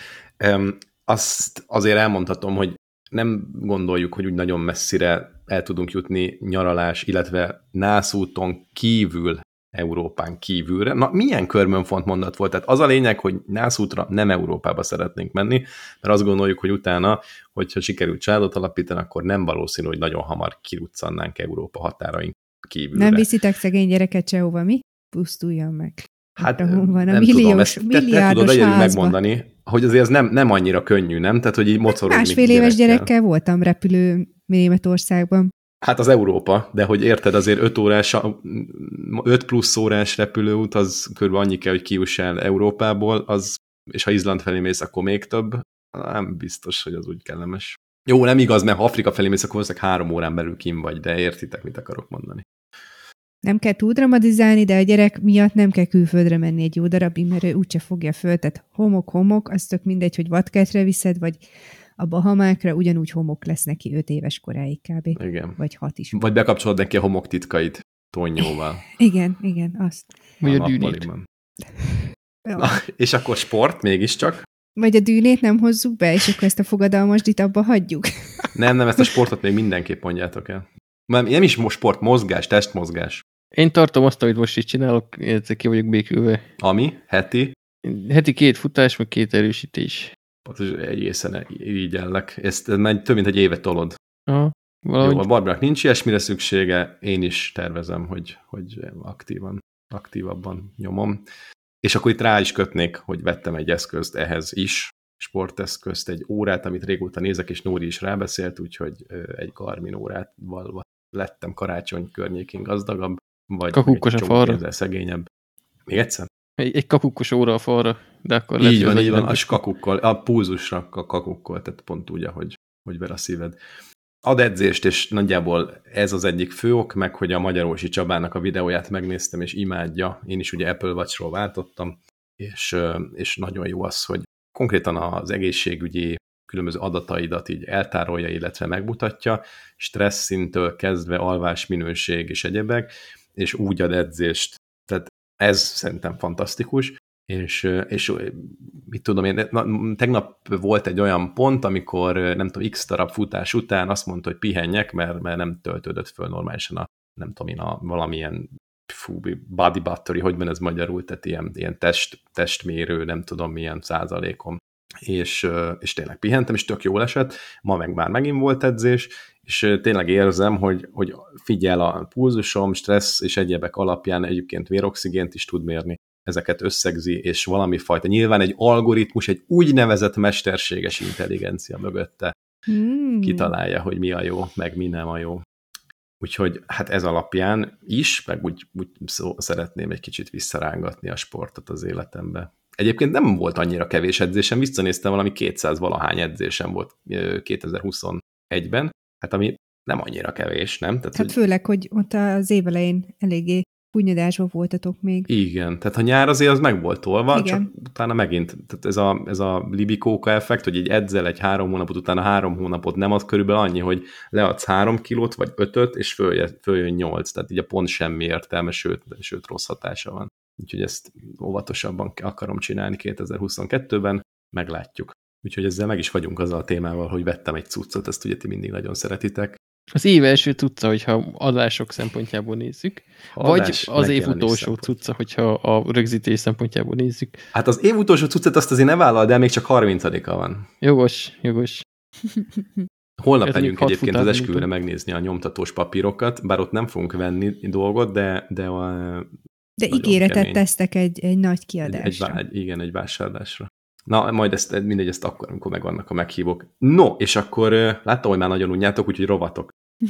Azt azért elmondhatom, hogy nem gondoljuk, hogy úgy nagyon messzire el tudunk jutni nyaralás, illetve nászúton kívül, Európán kívülre. Na, milyen körmönfont mondat volt? Tehát az a lényeg, hogy nászútra nem Európába szeretnénk menni, mert azt gondoljuk, hogy utána, hogyha sikerült családot alapítani, akkor nem valószínű, hogy nagyon hamar kiruccannánk Európa határaink kívülre. Nem viszitek szegény gyereket sehova, mi? Pusztuljon meg. Hát van a nem tudom, ezt te tudod egyedül megmondani, hogy azért ez nem annyira könnyű, nem? Tehát, hogy így mocorogni. Másfél éves gyerekkel voltam repülő Németországban. Hát az Európa, de hogy érted, azért 5 plusz órás repülőút, az körülbelül annyi kell, hogy kijuss el Európából, és ha Izland felé mész, akkor még több. Nem biztos, hogy az úgy kellemes. Jó, nem igaz, mert ha Afrika felé mész, akkor valószínűleg 3 órán belül kim vagy, de értitek, mit akarok mondani. Nem kell túl dramatizálni, de a gyerek miatt nem kell külföldre menni egy jó darabig, mert ő úgyse fogja föl. Tehát homok, az tök mindegy, hogy vadkertre viszed, vagy a Bahamákra, ugyanúgy homok lesz neki 5 éves koráig kb. Igen. Vagy 6 is. Vagy bekapcsolod neki a homok titkait tonnyóval. Igen, azt. Vagy a dűnét. Na, és akkor sport mégiscsak. Vagy a dűnét nem hozzuk be, és akkor ezt a fogadalmasdit abba hagyjuk. Nem, ezt a sportot még mindenképp mondjátok el. Nem is sport, mozgás, testmozgás. Én tartom azt, amit most is csinálok, illetve ki vagyok békülve. Ami? Heti? Heti 2 futás, meg 2 erősítés. Egészen irigyellek. Ezt már több mint egy évet tolod. Aha. Valahogy... Jó, a Barbinak nincs ilyesmire szüksége, én is tervezem, hogy aktívabban nyomom. És akkor itt rá is kötnék, hogy vettem egy eszközt ehhez is, sporteszközt, egy órát, amit régóta nézek, és Nóri is rábeszélt, úgyhogy egy Garmin órát lettem karácsony környékén gazdagabb, vagy kakukkos egy a falra. pénzzel szegényebb. Még egyszer? Egy kakukkos óra a falra, de akkor így van, a kakukkal, a pulzusra a kakukkal, tehát pont úgy, hogy ver a szíved. Ad edzést, és nagyjából ez az egyik fő ok, meg hogy a Magyarósi Csabának a videóját megnéztem, és imádja. Én is ugye Apple Watch-ról váltottam, és nagyon jó az, hogy konkrétan az egészségügyi különböző adataidat így eltárolja, illetve megmutatja, stressz szintől kezdve alvásminőség és egyebek, és úgy ad edzést. Tehát ez szerintem fantasztikus, és mit tudom én, tegnap volt egy olyan pont, amikor nem tudom, x darab futás után azt mondta, hogy pihenjek, mert nem töltődött föl normálisan nem tudom én, valamilyen body battery, hogy van ez magyarul, tehát ilyen testmérő, nem tudom milyen százalékom. És tényleg pihentem, és tök jól esett, ma meg már megint volt edzés, és tényleg érzem, hogy figyel a pulzusom, stressz és egyebek alapján egyébként véroxigént is tud mérni, ezeket összegzi, és valami fajta, nyilván egy algoritmus, egy úgynevezett mesterséges intelligencia mögötte kitalálja, hogy mi a jó, meg mi nem a jó. Úgyhogy hát ez alapján is, meg úgy szeretném egy kicsit visszarángatni a sportot az életembe. Egyébként nem volt annyira kevés edzésem, visszanéztem, valami 200 valahány edzésem volt 2021-ben, hát ami nem annyira kevés, nem? Tehát, hát főleg, hogy ott az év elején eléggé punyadásban voltatok még. Igen, tehát a nyár azért az meg volt tolva, igen. Csak utána megint, tehát ez a libikóka effekt, hogy így edzel egy 3 hónapot, utána 3 hónapot nem, az körülbelül annyi, hogy leadsz 3 kilót, vagy 5-öt, és följön 8, tehát így a pont semmi értelme, sőt rossz hatása van. Úgyhogy ezt óvatosabban akarom csinálni 2022-ben, meglátjuk. Úgyhogy ezzel meg is vagyunk azzal a témával, hogy vettem egy cuccot, ezt ugye ti mindig nagyon szeretitek. Az év első cucca, hogyha adások szempontjából nézzük, vagy az év utolsó cucca, hogyha a rögzítés szempontjából nézzük. Hát az év utolsó cuccot azt azért ne vállal, de még csak 30-a van. Jogos. Holnap megyünk egyébként az esküvőre megnézni a nyomtatós papírokat, bár ott nem fogunk venni dolgot, de ígéretet tesztek egy nagy kiadásra. Igen, egy vásárlásra. Na, majd ezt akkor, amikor megvannak a meghívók. No, és akkor láttam, hogy már nagyon unjátok, úgyhogy rovatok.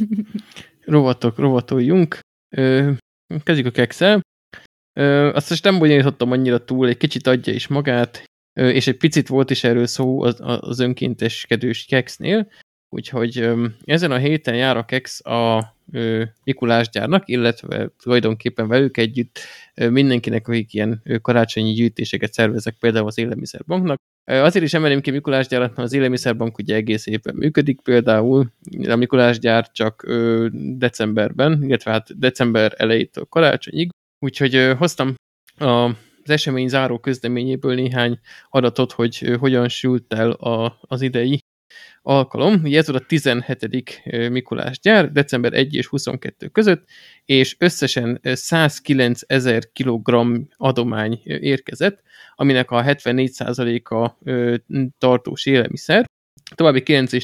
Rovatoljunk. Kezdjük a kekszel. Azt most nem bonyolítottam annyira túl, egy kicsit adja is magát, és egy picit volt is erről szó az önkénteskedős keksznél, úgyhogy ezen a héten jár a keksz a Mikulás gyárnak, illetve tulajdonképpen velük együtt mindenkinek, akik ilyen karácsonyi gyűjtéseket szerveznek, például az Élelmiszerbanknak. Azért is emelném ki Mikulás gyárat, mert az Élelmiszerbank ugye egész évben működik, például a Mikulás gyár csak decemberben, illetve hát december elejétől karácsonyig, úgyhogy hoztam az esemény záró közleményéből néhány adatot, hogy hogyan sült el az idei alkalom. Ugye ez volt a 17. Mikulás gyár, december 1 és 22 között, és összesen 109 000 kilogramm adomány érkezett, aminek a 74%-a tartós élelmiszer, további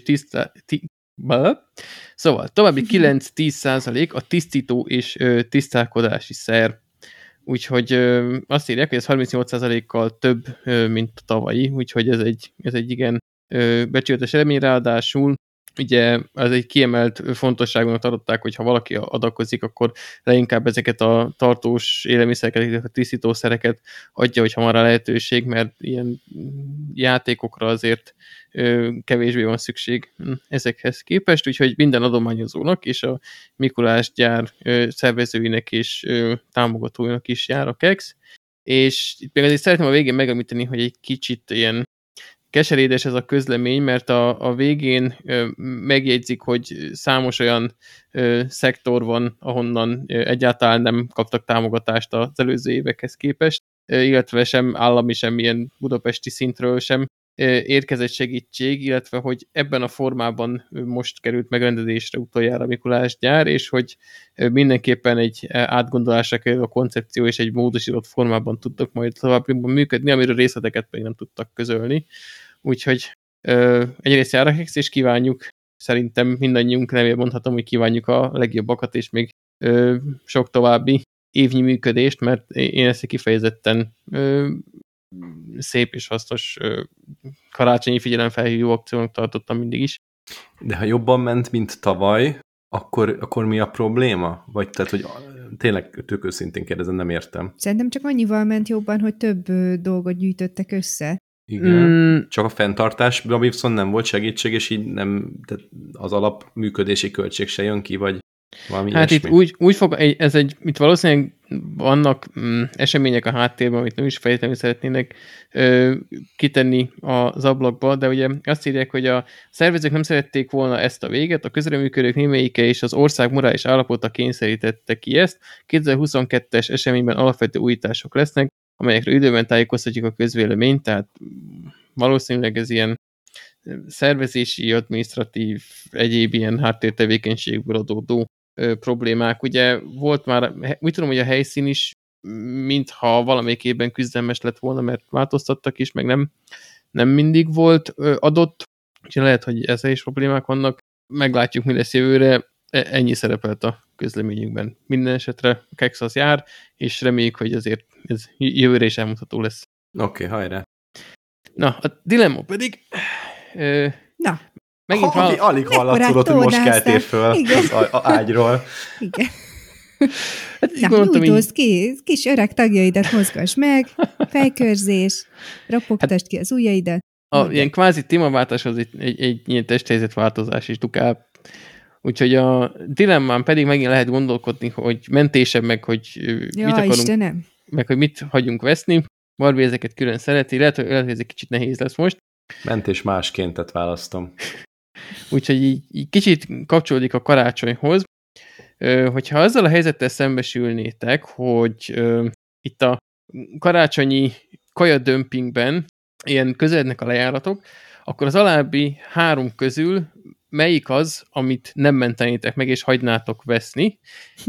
9-10% a tisztító és tisztálkodási szer. Úgyhogy azt írják, hogy ez 38%-kal több, mint a tavalyi, úgyhogy ez egy igen becsületes eredmény, ráadásul ugye ez egy kiemelt fontosságúnak tartották, hogy ha valaki adakozik, akkor leginkább ezeket a tartós élelmiszereket, illetve tisztítószereket adja, hogyha van rá lehetőség, mert ilyen játékokra azért kevésbé van szükség ezekhez képest, úgyhogy minden adományozónak és a Mikulás gyár szervezőinek és támogatóinak is jár a keksz, és itt még azért szeretném a végén megemlíteni, hogy egy kicsit ilyen keserédes ez a közlemény, mert a végén megjegyzik, hogy számos olyan szektor van, ahonnan egyáltalán nem kaptak támogatást az előző évekhez képest, illetve sem állami, sem ilyen budapesti szintről sem érkezett segítség, illetve hogy ebben a formában most került megrendezésre utoljára a Mikulás gyár, és hogy mindenképpen egy átgondolásra kerül a koncepció, és egy módosított formában tudtak majd továbbiakban működni, amiről részleteket pedig nem tudtak közölni. Úgyhogy egyrészt jár a keksz, és kívánjuk szerintem mindannyiunk nevében mondhatom, hogy kívánjuk a legjobbakat, és még sok további évnyi működést, mert én ezt kifejezetten szép és hasznos karácsonyi figyelemfelhívó akciónak tartottam mindig is. De ha jobban ment, mint tavaly, akkor mi a probléma? Vagy tehát, hogy tényleg tök őszintén kérdezem, nem értem. Szerintem csak annyival ment jobban, hogy több dolgot gyűjtöttek össze. Igen, csak a fenntartásban viszont nem volt segítség, és így nem, tehát az alapműködési költség se jön ki, vagy valami hát ilyesmi. Itt valószínűleg vannak események a háttérben, amit nem is fejtelenül szeretnének kitenni az ablakba, de ugye azt írják, hogy a szervezők nem szerették volna ezt a véget, a közreműködők némelyike és az ország morális állapota kényszerítette ki ezt. 2022-es eseményben alapvető újítások lesznek, amelyekről időben tájékoztatjuk a közvéleményt, tehát valószínűleg ez ilyen szervezési, adminisztratív, egyéb ilyen háttértevékenységből adódó problémák. Ugye volt már, úgy tudom, hogy a helyszín is mintha valamelyik évben küzdelmes lett volna, mert változtattak is, meg nem mindig volt adott, úgyhogy lehet, hogy ezzel is problémák vannak. Meglátjuk, mi lesz jövőre. Ennyi szerepelt a közleményünkben. Minden esetre a Kex az jár, és reméljük, hogy azért ez jövőre is elmondható lesz. Oké, hajrá. Na, a dilemma pedig... Na. Megint alig hallatszódott, hogy most keltél föl az ágyról. Igen. Hát na, nyújtózd ki, kis öreg tagjaidat mozgass meg, fejkörzés, ropogtasd ki az ujjaidat. Ilyen kvázi témaváltás az egy ilyen testhelyzetváltozás is dukál. Úgyhogy a dilemmán pedig megint lehet gondolkodni, hogy mentésebb, meg hogy mit akarunk, Istenem. meg hogy mit hagyunk veszni. Barbie ezeket külön szereti, lehet, hogy ez egy kicsit nehéz lesz most. Mentés másként választom. Úgyhogy így kicsit kapcsolódik a karácsonyhoz. Hogyha azzal a helyzettel szembesülnétek, hogy itt a karácsonyi kajadömpingben ilyen közelednek a lejáratok, akkor az alábbi 3 közül melyik az, amit nem mentenétek meg, és hagynátok veszni?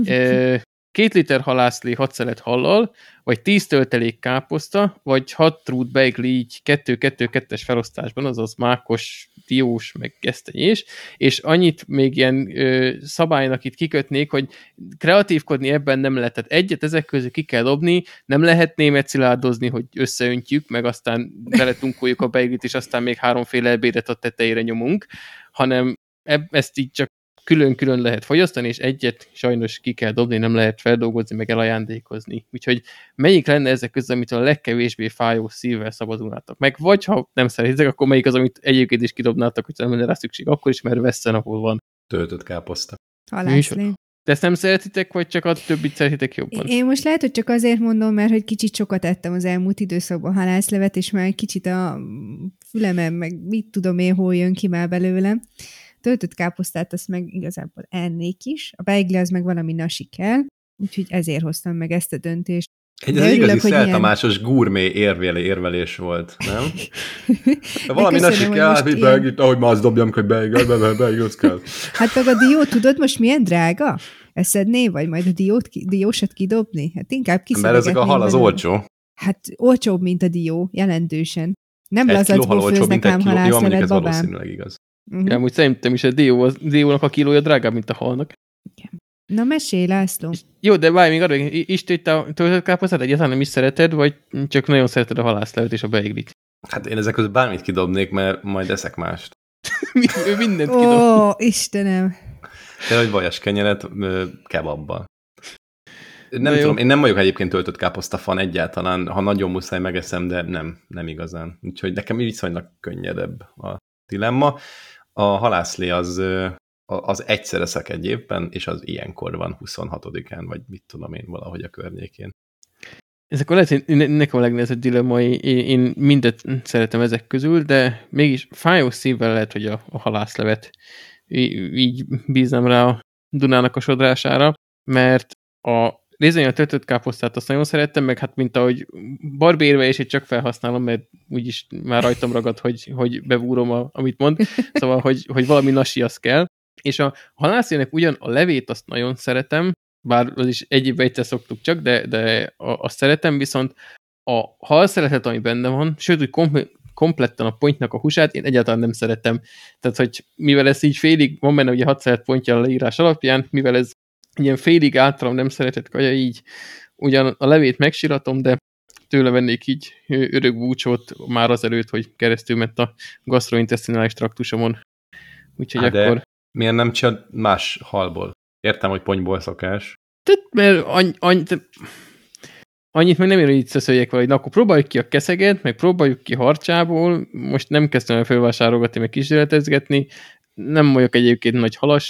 2 liter halászlé 6 szelet hallal, vagy 10 töltelék káposzta, vagy 6 trút beigli így 2-2-2-es felosztásban, azaz mákos, diós, meg gesztenyés, és annyit még ilyen szabálynak itt kikötnék, hogy kreatívkodni ebben nem lehet. Tehát egyet ezek közül ki kell dobni, nem lehet német szilárdozni, hogy összeöntjük, meg aztán beletunkoljuk a beiglit, és aztán még 3 ebédet a tetejére nyomunk, hanem ezt így csak külön-külön lehet fogyasztani, és egyet sajnos ki kell dobni, nem lehet feldolgozni, meg elajándékozni. Úgyhogy melyik lenne ezek közül, amitől a legkevésbé fájó szívvel szabadulnátok meg? Vagy ha nem szeretitek, akkor melyik az, amit egyébként is kidobnátok, hogy nem lenne rá szükség, akkor is, mert vesszen, ahol van. Töltött káposzta. Halászlé. De ezt nem szeretitek, vagy csak a többit szeretitek jobban? Én most lehet, hogy csak azért mondom, mert hogy kicsit sokat ettem az elmúlt időszakban halászlevet, és már egy kicsit a fülemen, meg mit tudom én, hol jön ki már belőlem. Töltött káposztát azt meg igazából ennék is. A beigli az meg valami nasi kell, úgyhogy ezért hoztam meg ezt a döntést. Egy igazi Szeltamásos gurmé érvelés volt, nem? De valami nasi kell, hogy beiglit, ahogy már azt dobjam, hogy beiglit kell. Hát meg a dió, tudod most milyen drága? Eszedné, vagy majd a diósat kidobni? Hát inkább kiszedegetném. Mert ezek a hal az olcsó. Hát olcsóbb, mint a dió, jelentősen. Nem egy lazacból főznek ám halászlevet, babám. Valószínűleg igaz. Ja, amúgy szerintem is a diónak a kilója drágább, mint a halnak. Igen. Na mesélj, László. Jó, de várj, még arra, is te a töltött káposztát egyáltalán nem is szereted, vagy csak nagyon szereted a halászlevet és a beiglit? Hát én ezek közül bármit kidobnék, mert majd eszek mást. Mindent kidob. Ó, Istenem. De hogy vajas kenyeret kebabbal. Nem tudom, én nem vagyok egyébként töltött káposzta fan egyáltalán, ha nagyon muszáj megeszem, de nem igazán. Úgyhogy nekem viszonylag könnyedebb a dilemma. A halászlé az egyszer eszek egy évben, és az ilyenkor van 26-án, vagy mit tudom én, valahogy a környékén. Ez akkor lehet, hogy nekem a legnehezebb dilemma, én mindet szeretem ezek közül, de mégis fájó szívvel lehet, hogy a halászlevet így bízom rá a Dunának a sodrására, mert részben a töltött káposztát azt nagyon szerettem, meg hát mint ahogy Barbie érvelését csak felhasználom, mert úgyis már rajtam ragad, hogy bevúrom, amit mond, szóval, hogy valami nasi az kell. És a halászlének ugyan a levét azt nagyon szeretem, bár az is egy évben egyszer szoktuk csak, de azt szeretem, viszont a halszeletet, ami benne van, sőt, úgy kompletten a pontnak a húsát, én egyáltalán nem szeretem. Tehát, hogy mivel ez így félig, van benne ugye 600 pontja a leírás alapján, mivel ez ilyen félig általam nem szeretett kaja, így ugyan a levét megsiratom, de tőle vennék így örök búcsót már azelőtt, hogy keresztül ment a gastrointeszinális traktusomon. Úgyhogy akkor... miért nem csinál más halból? Értem, hogy ponyból szokás. Tehát, mert annyit meg nem ér, hogy itt szeszöljek vele, hogy na, akkor próbáljuk ki a keszeget, meg próbáljuk ki harcsából, most nem kezdtem el felvásárolgatni, meg kísérletezgetni, nem vagyok egyébként nagy halas,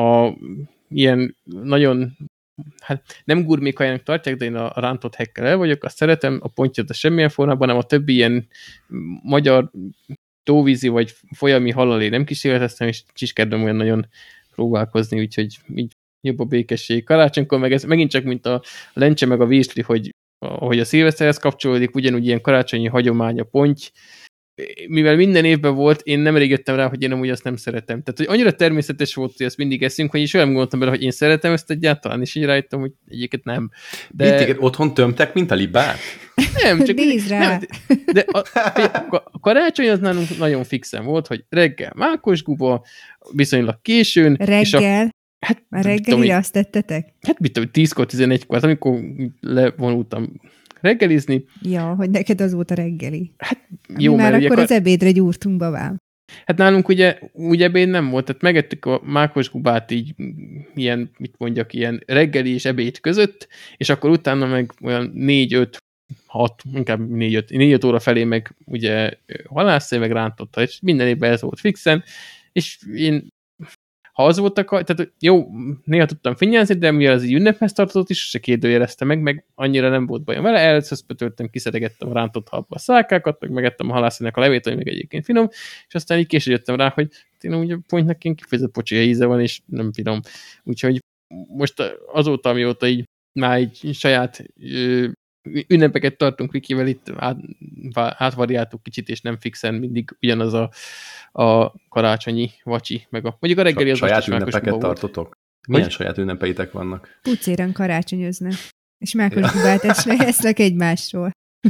ilyen nagyon, hát nem gurmékajának tartják, de én a rántott hekkel el vagyok, azt szeretem, a pontját a semmilyen formában, nem a többi ilyen magyar tóvízi vagy folyami hallal nem kísérleteztem, és is kedvem olyan nagyon próbálkozni, úgyhogy így jobb a békesség. Karácsonykor meg ez megint csak, mint a lencse meg a virsli, hogy a szilveszterhez kapcsolódik, ugyanúgy ilyen karácsonyi hagyomány a ponty. Mivel minden évben volt, én nemrég jöttem rá, hogy én amúgy azt nem szeretem. Tehát, hogy annyira természetes volt, hogy ezt mindig eszünk, hogy is olyan gondoltam bele, hogy én szeretem ezt egyáltalán, és így rájöttem, hogy egyébként nem. De téged otthon tömtek, mint a libát? Nem, csak... Nézd rá! Nem, de a karácsony az nálunk nagyon fixen volt, hogy reggel mákos guba, viszonylag későn. Reggel? Hát, már reggelire azt tettetek? Hát mit tudom, 10-kor, 11-kor, amikor levonultam reggelizni. Ja, hogy neked az volt a reggeli. Hát jó, már mert akkor az ebédre gyúrtunk babám. Hát nálunk ugye úgy ebéd nem volt, tehát megettük a mákos gubát így ilyen, mit mondjak, ilyen reggeli és ebéd között, és akkor utána meg olyan 4-5, inkább 4-5 óra felé meg ugye halászé, meg rántotta, és minden évben ez volt fixen, és én ha az volt tehát jó, néha tudtam finnyázni, de mivel az így ünnephez tartozott is, se kérdőjelezte meg annyira nem volt bajom vele, elszöszpötöltem, kiszedegettem a rántott halba a szálkákat, meg megettem a halászének a levét, ami meg egyébként finom, és aztán így később jöttem rá, hogy én úgy a pontnak ilyen kifejezett pocsia íze van, és nem finom. Úgyhogy most azóta, amióta így már így saját ünnepeket tartunk Vikivel, itt átvariáltuk kicsit, és nem fixen mindig ugyanaz a karácsonyi vacsi, meg mondjuk a reggeli az saját ünnepeket tartotok? Milyen saját ünnepeitek vannak? Pucéran karácsonyozna. És mákos gubát eszlek egymásról.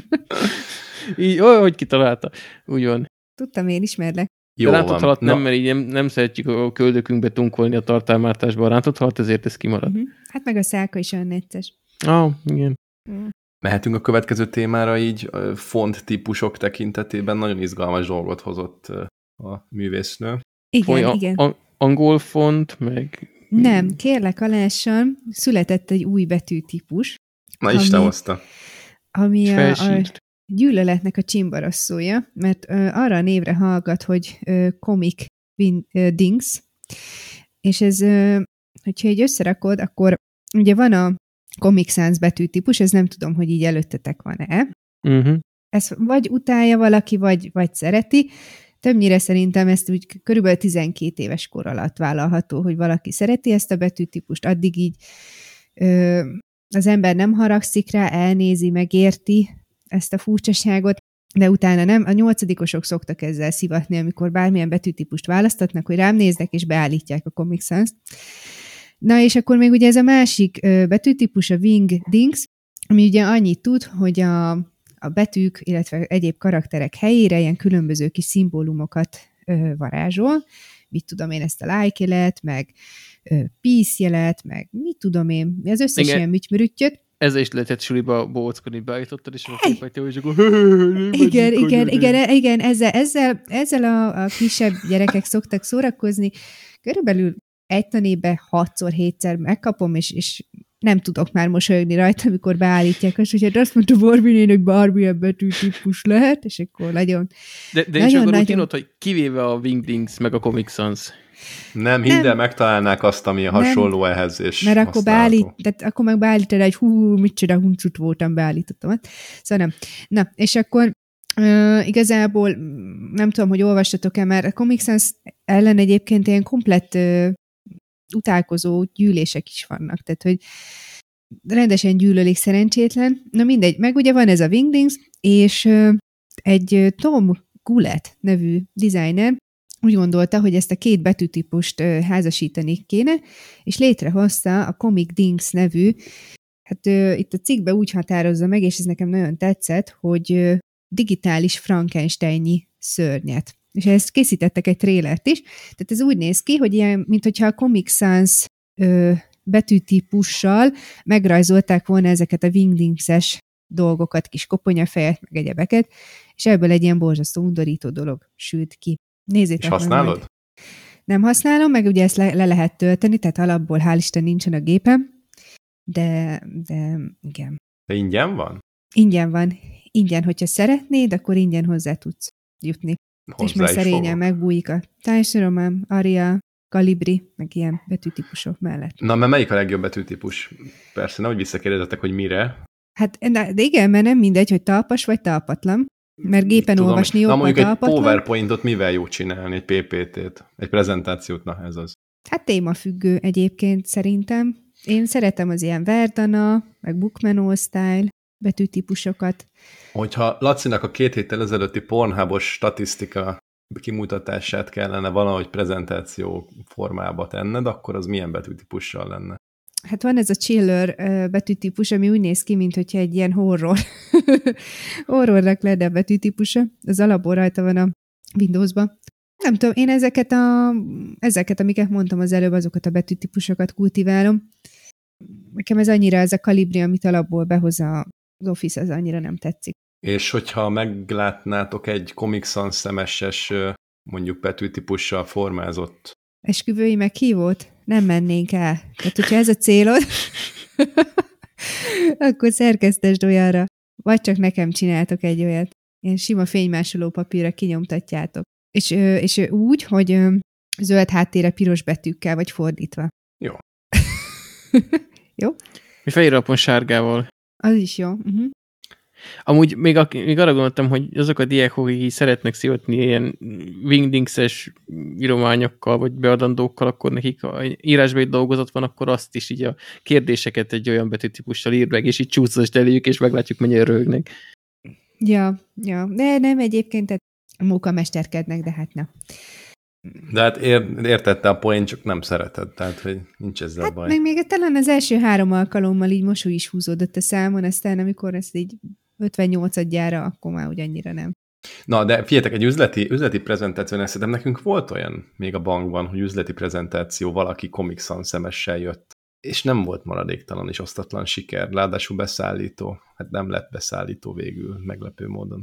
Így, hogy kitalálta. Úgy van. Tudtam, én ismerlek. Jó de rántott halat nem, mert így nem szeretjük a köldökünkbe tunkolni a tartálmártásba a rántott halat, ezért ez kimarad. Hát meg a szálka is olyan necces. Igen. Mehetünk a következő témára, így font típusok tekintetében nagyon izgalmas dolgot hozott a művésznő. Igen. Angol font, meg... Nem, kérlek alássan, született egy új betűtípus. Na, Isten hozta. Ami a gyűlöletnek a csimbarasszója, mert arra a névre hallgat, hogy Comic Dings, és ez, hogyha így összerakod, akkor ugye van a Comic Sans betűtípus, ez nem tudom, hogy így előttetek van-e. Ezt vagy utálja valaki, vagy szereti. Többnyire szerintem ezt úgy körülbelül 12 éves kor alatt vállalható, hogy valaki szereti ezt a betűtípust, addig így az ember nem haragszik rá, elnézi, megérti ezt a furcsaságot, de utána nem. A 8-osok szoktak ezzel szivatni, amikor bármilyen betűtípust választatnak, hogy rám néznek, és beállítják a Comic Sans-t. Na, és akkor még ugye ez a másik betűtípus, a Wing Dings, ami ugye annyit tud, hogy a betűk, illetve egyéb karakterek helyére ilyen különböző kis szimbólumokat varázsol. Mit tudom én, ezt a like jelet, meg peace jelet, meg mit tudom én, az összes ilyen mütymürüttyöt. Ezzel is lehetett suliba bóckodni, beállítottad, és akkor hogy akkor igen, ezzel a kisebb gyerekek szoktak szórakozni. Körülbelül egy tanébe 6-7-szer megkapom, és nem tudok már mosolyogni rajta, amikor beállítják azt, hogy hát azt mondta Barbie-nél, hogy bármilyen betűtípus lehet, és akkor nagyon... De én csak úgy írott, hogy kivéve a Wingdings meg a Comic Sans. Nem, minden megtalálnák azt, ami hasonló ehhez, és mert akkor akkor meg beállítod, hogy micsoda huncut voltam, beállítottam. Szóval nem. Na, és akkor igazából nem tudom, hogy olvastatok-e, mert a Comic Sans ellen egyébként ilyen komplett utálkozó gyűlések is vannak, tehát, hogy rendesen gyűlölik szerencsétlen. Na mindegy, meg ugye van ez a Wingdings, és egy Tom Goulet nevű designer úgy gondolta, hogy ezt a két betűtípust házasítani kéne, és létrehozta a Comic Dings nevű, hát itt a cikkben úgy határozza meg, és ez nekem nagyon tetszett, hogy digitális Frankenstein-nyi szörnyet. És ezt készítettek egy trélert is. Tehát ez úgy néz ki, hogy ilyen, mint hogyha a Comic Sans betűtípussal megrajzolták volna ezeket a Wingdings-es dolgokat, kis koponyafejet, meg egyebeket, és ebből egy ilyen borzasztó undorító dolog sült ki. Nézzétek. És használod? Majd. Nem használom, meg ugye ezt le lehet tölteni, tehát alapból hál' Isten nincsen a gépem, de igen. De ingyen van? Ingyen van. Ingyen, hogyha szeretnéd, akkor ingyen hozzá tudsz jutni. Hozzá és már szerényen fogok. megbújik a Times New Roman, Aria, Calibri, meg ilyen betűtípusok mellett. Na, mert melyik a legjobb betűtípus? Persze, nehogy visszakérdezzetek, hogy mire. Hát, de igen, mert nem mindegy, hogy talpas vagy talpatlan, mert gépen Tudom, olvasni na jobb a mondjuk egy talpatlan. PowerPointot mivel jó csinálni, egy PPT-t, egy prezentációt, na ez az. Hát témafüggő egyébként szerintem. Én szeretem az ilyen Verdana, meg Bookman style betűtípusokat. Hogyha Lacinak a 2 héttel ezelőtti Pornhub-os statisztika kimutatását kellene valahogy prezentáció formába tenned, akkor az milyen betűtípussal lenne? Hát van ez a chiller betűtípus, ami úgy néz ki, mint hogyha egy ilyen horrornak lenne a betűtípusa. Az alapból rajta van a Windowsban. Nem tudom, én ezeket, amiket mondtam az előbb, azokat a betűtípusokat kultiválom. Nekem ez a Calibri, amit alapból behoz az Office, az annyira nem tetszik. És hogyha meglátnátok egy Comic Sans szemeses, mondjuk betűtípussal formázott. Esküvői meghívót? Nem mennénk el. Tehát, hogyha ez a célod, akkor szerkesztesd olyanra. Vagy csak nekem csináltok egy olyat. Ilyen sima fénymásoló papírra kinyomtatjátok. És úgy, hogy zöld háttérre piros betűkkel, vagy fordítva. Jó. Jó? Mi fehérlapon sárgával. Az is jó. Uh-huh. Amúgy még arra gondoltam, hogy azok a diákok, akik szeretnek szívatni ilyen Wingdings-es írományokkal, vagy beadandókkal, akkor nekik ha írásbeli dolgozat van, akkor azt is így a kérdéseket egy olyan betűtípussal ír meg, és így csúszast eléjük, és meglátjuk, mennyire röhögnek. Ja. De nem egyébként, tehát mókamesterkednek, de hát nem. De hát értette a poén, csak nem szereted, tehát hogy nincs ezzel Hát baj. meg még talán az első 3 alkalommal így mosoly is húzódott a számon, aztán amikor ezt így 58-adjára, akkor már úgy annyira nem. Na, de figyeljetek, egy üzleti prezentáción, szerintem nekünk volt olyan még a bankban, hogy üzleti prezentáció, valaki Comic Sans szemessel jött, és nem volt maradéktalan és osztatlan siker, ráadásul beszállító. Hát nem lett beszállító végül, meglepő módon.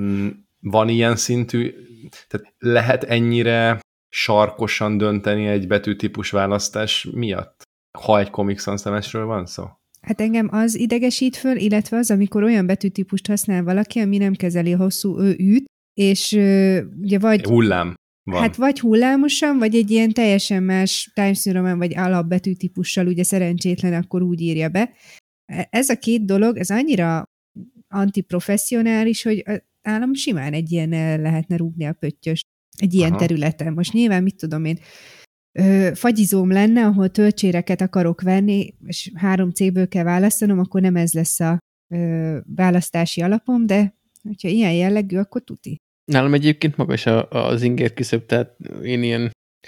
Van ilyen szintű, tehát lehet ennyire sarkosan dönteni egy betűtípus választás miatt, ha egy Comic Sans szemesről van szó? Hát engem az idegesít föl, illetve az, amikor olyan betűtípust használ valaki, ami nem kezeli a hosszú űt, és ugye vagy... Hullám van. Hát vagy hullámosan, vagy egy ilyen teljesen más Times New Roman, vagy alapbetűtípussal, ugye szerencsétlen, akkor úgy írja be. Ez a 2 dolog, ez annyira antiprofesszionális, hogy állam simán egy ilyen lehetne rúgni a pöttyöst egy ilyen területen. Most nyilván, mit tudom én, fagyizóm lenne, ahol töltséreket akarok venni, és 3 cégből kell választanom, akkor nem ez lesz a választási alapom, de hogyha ilyen jellegű, akkor tuti. Nálam egyébként magas az inger küszöb, tehát én ilyen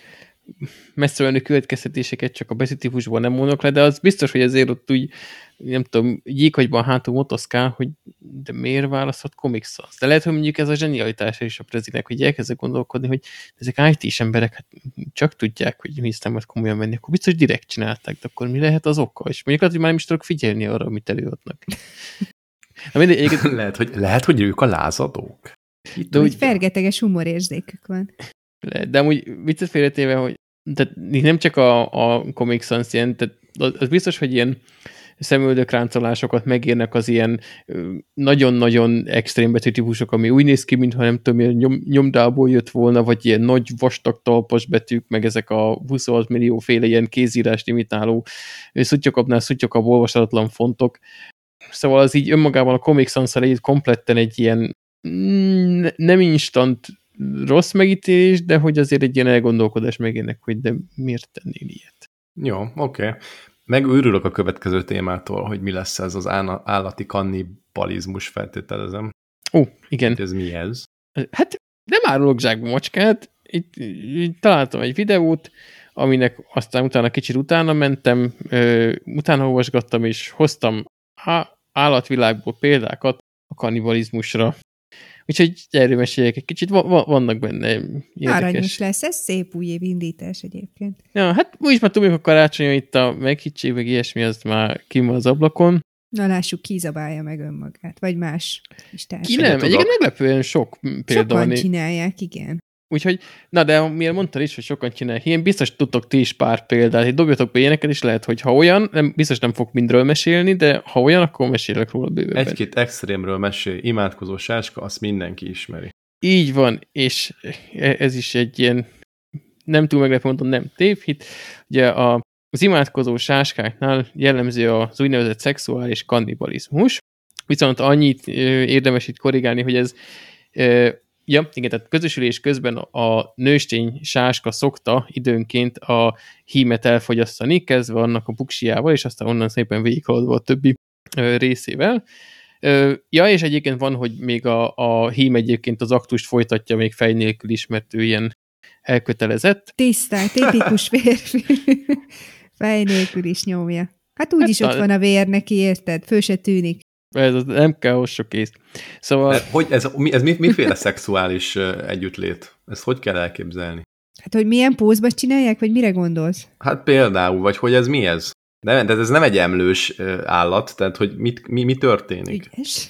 messze menő következtetéseket csak a betűtípusban nem mondok le, de az biztos, hogy azért ott úgy, nem tudom, gyíkhagyban hátul motoszkál, hogy de miért választhat Comic Sans? De lehet, hogy mondjuk ez a zsenialitása is a prezinek, hogy elkezdek gondolkodni, hogy ezek IT-s emberek hát csak tudják, hogy mi nem lehet komolyan menni, akkor biztos direkt csinálták, de akkor mi lehet az oka? És mondjuk lehet, hogy már nem is tudok figyelni arra, amit előadnak. Lehet, hogy ők a lázadók. De úgy fergeteges humorérzékük van. De amúgy viccet félretéve, hogy tehát nem csak a Comic Sans ilyen, tehát az biztos, hogy ilyen szemöldökráncolásokat megérnek az ilyen nagyon-nagyon extrém betűtípusok, ami úgy néz ki, mintha nem tudom, ilyen nyomdából jött volna, vagy ilyen nagy vastag talpas betűk, meg ezek a 26 millió féle ilyen kézírást imitáló szuttyokapnál szuttyokap olvasatatlan fontok. Szóval az így önmagában a Comic Sans-szal így kompletten egy ilyen nem instant rossz megítélés, de hogy azért egy ilyen elgondolkodás megérnek, hogy de miért tennél ilyet. Jó, oké. Megőrülök a következő témától, hogy mi lesz ez az állati kannibalizmus, feltételezem. Igen. Hogy ez mi ez? Hát nem árulok zsákba macskát, itt találtam egy videót, aminek aztán utána kicsit utána mentem, utána olvasgattam, és hoztam állatvilágból példákat a kannibalizmusra. Úgyhogy erről meséljek egy kicsit, vannak benne érdekes. Aranyos lesz, ez szép újévi indítás egyébként. Ja, hát úgyis már tudjuk, a karácsony, itt a meghittség, meg ilyesmi, az már kim az ablakon. Na lássuk, ki zabálja meg önmagát, vagy más is Ki nem, egyébként meglepően sok példa. Sokan csinálják, igen. Úgyhogy, na de miért mondtad is, hogy sokan csinálják, ilyen biztos tudtok ti is pár példát, dobjatok be ilyeneket, és lehet, hogy ha olyan, biztos nem fog mindről mesélni, de ha olyan, akkor mesélek róla bővebben. Egy-két extrémről mesél, imádkozó sáska, azt mindenki ismeri. Így van, és ez is egy ilyen, nem túl meglepő, mondom, nem tévhit. Ugye az imádkozó sáskáknál jellemző az úgynevezett szexuális kannibalizmus, viszont annyit érdemes itt korrigálni, hogy ez ja, igen, tehát közösülés közben a nőstény sáska szokta időnként a hímet elfogyasztani, kezdve annak a buksiával, és aztán onnan szépen végighaladva a többi részével. Ja, és egyébként van, hogy még a hím egyébként az aktust folytatja még fej nélkül is, mert ő ilyen elkötelezett. Tisztán, tipikus férfi. Fej nélkül is nyomja. Hát úgyis ott van a vér neki, érted? Föl se tűnik. Ez nem kell hosszú kész. Szóval... Hogy ez miféle szexuális együttlét? Ezt hogy kell elképzelni? Hát, hogy milyen pózba csinálják, vagy mire gondolsz? Hát például, vagy hogy ez mi ez? De ez nem egy emlős állat, tehát hogy mi történik?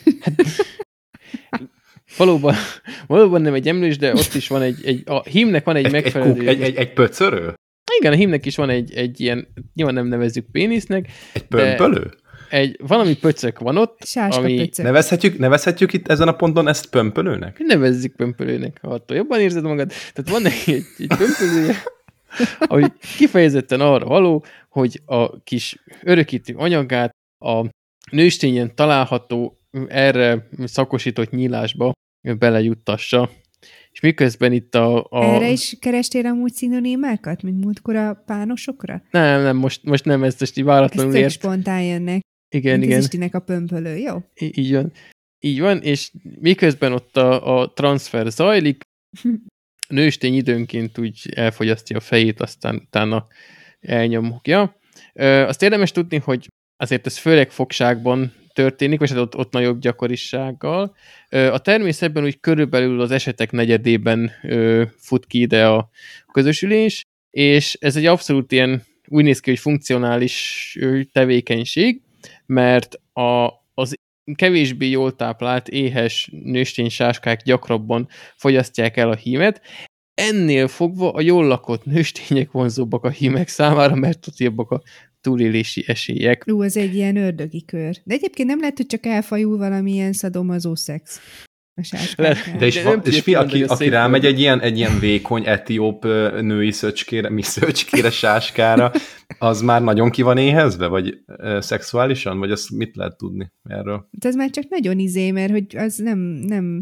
Valóban nem egy emlős, de ott is van a hímnek van egy megfelelő... Egy pöcörő? Igen, a hímnek is van egy ilyen, nyilván nem nevezzük pénisznek. Egy pömpölő? Valami pöcök van ott. Sáska pöcök. Nevezhetjük itt ezen a ponton ezt pömpölőnek? Nevezzük pömpölőnek, ha attól jobban érzed magad. Tehát van egy pömpölője, ami kifejezetten arra való, hogy a kis örökítő anyagát a nőstényen található erre szakosított nyílásba belejuttassa. És miközben itt Erre is kerestél amúgy szinonimákat, mint múltkor a pánosokra? Nem, most nem, ezt most így váratlanul ért. Ezt spontán jönnek. Igen. Az Istinek a pömpölő, jó? Így van, és miközben ott a transfer zajlik, a nőstény időnként úgy elfogyasztja a fejét, aztán utána elnyomja. Azt érdemes tudni, hogy azért ez főleg fogságban történik, vagy ott nagyobb gyakorisággal. A természetben úgy körülbelül az esetek negyedében fut ki ide a közösülés, és ez egy abszolút ilyen, úgy néz ki, hogy funkcionális tevékenység, mert az kevésbé jól táplált, éhes nőstény sáskák gyakrabban fogyasztják el a hímet. Ennél fogva a jól lakott nőstények vonzóbbak a hímek számára, mert ott jobbak a túlélési esélyek. Ez egy ilyen ördögi kör. De egyébként nem lehet, hogy csak elfajul valamilyen szadomazó szex. És aki rámegy egy ilyen vékony etióp női szöcskére, sáskára, az már nagyon ki van éhezve? Vagy szexuálisan? Vagy azt mit lehet tudni erről? Ez már csak nagyon mert hogy az nem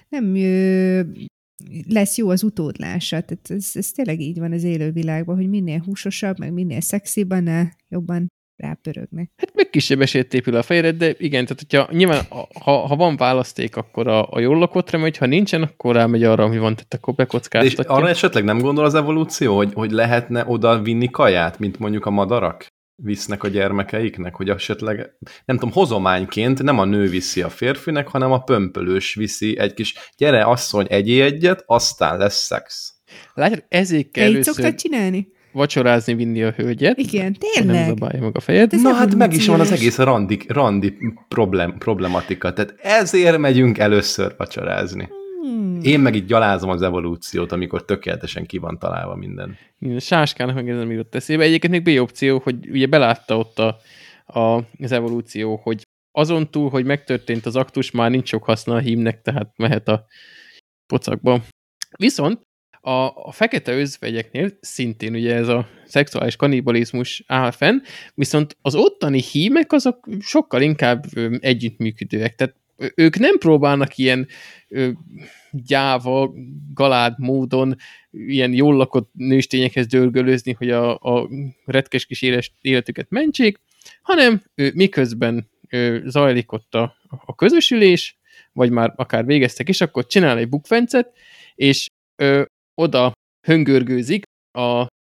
lesz jó az utódlása. Tehát ez tényleg így van az élővilágban, hogy minél húsosabb, meg minél szexibb, annál jobban rápörögnek. Hát meg kisebb esélyt épül a fejred, de igen, tehát hogyha nyilván, ha van választék, akkor a jól lakottra megy, ha nincsen, akkor rámegy arra, ami van, tehát akkor bekockáztatja. És arra esetleg nem gondol az evolúció, hogy lehetne oda vinni kaját, mint mondjuk a madarak visznek a gyermekeiknek, hogy esetleg, nem tudom, hozományként nem a nő viszi a férfinek, hanem a pömpölős viszi egy kis, gyere asszony, egyél egyet, aztán lesz szex. Látjátok, ezért kell először szoktad csinálni? Vacsorázni vinni a hölgyet. Igen, tényleg. Nem zabálja meg a fejed. Ez na hát meg is van az egész randi problematika, tehát ezért megyünk először vacsorázni. Én meg itt gyalázom az evolúciót, amikor tökéletesen ki van találva minden. Sáskának meg ez nem jutott eszébe. Egyébként még B opció, hogy ugye belátta ott az evolúció, hogy azon túl, hogy megtörtént az aktus, már nincs sok haszna a hímnek, tehát mehet a pocakba. Viszont a fekete özvegyeknél szintén ugye ez a szexuális kannibalizmus áll fenn, viszont az ottani hímek azok sokkal inkább együttműködőek. Tehát ők nem próbálnak ilyen gyáva, galád módon ilyen jól lakott nőstényekhez dörgölözni, hogy a retkes kis életüket mentsék, hanem miközben zajlik ott a közösülés, vagy már akár végeztek is, akkor csinál egy bukfencet, és oda höngörgőzik a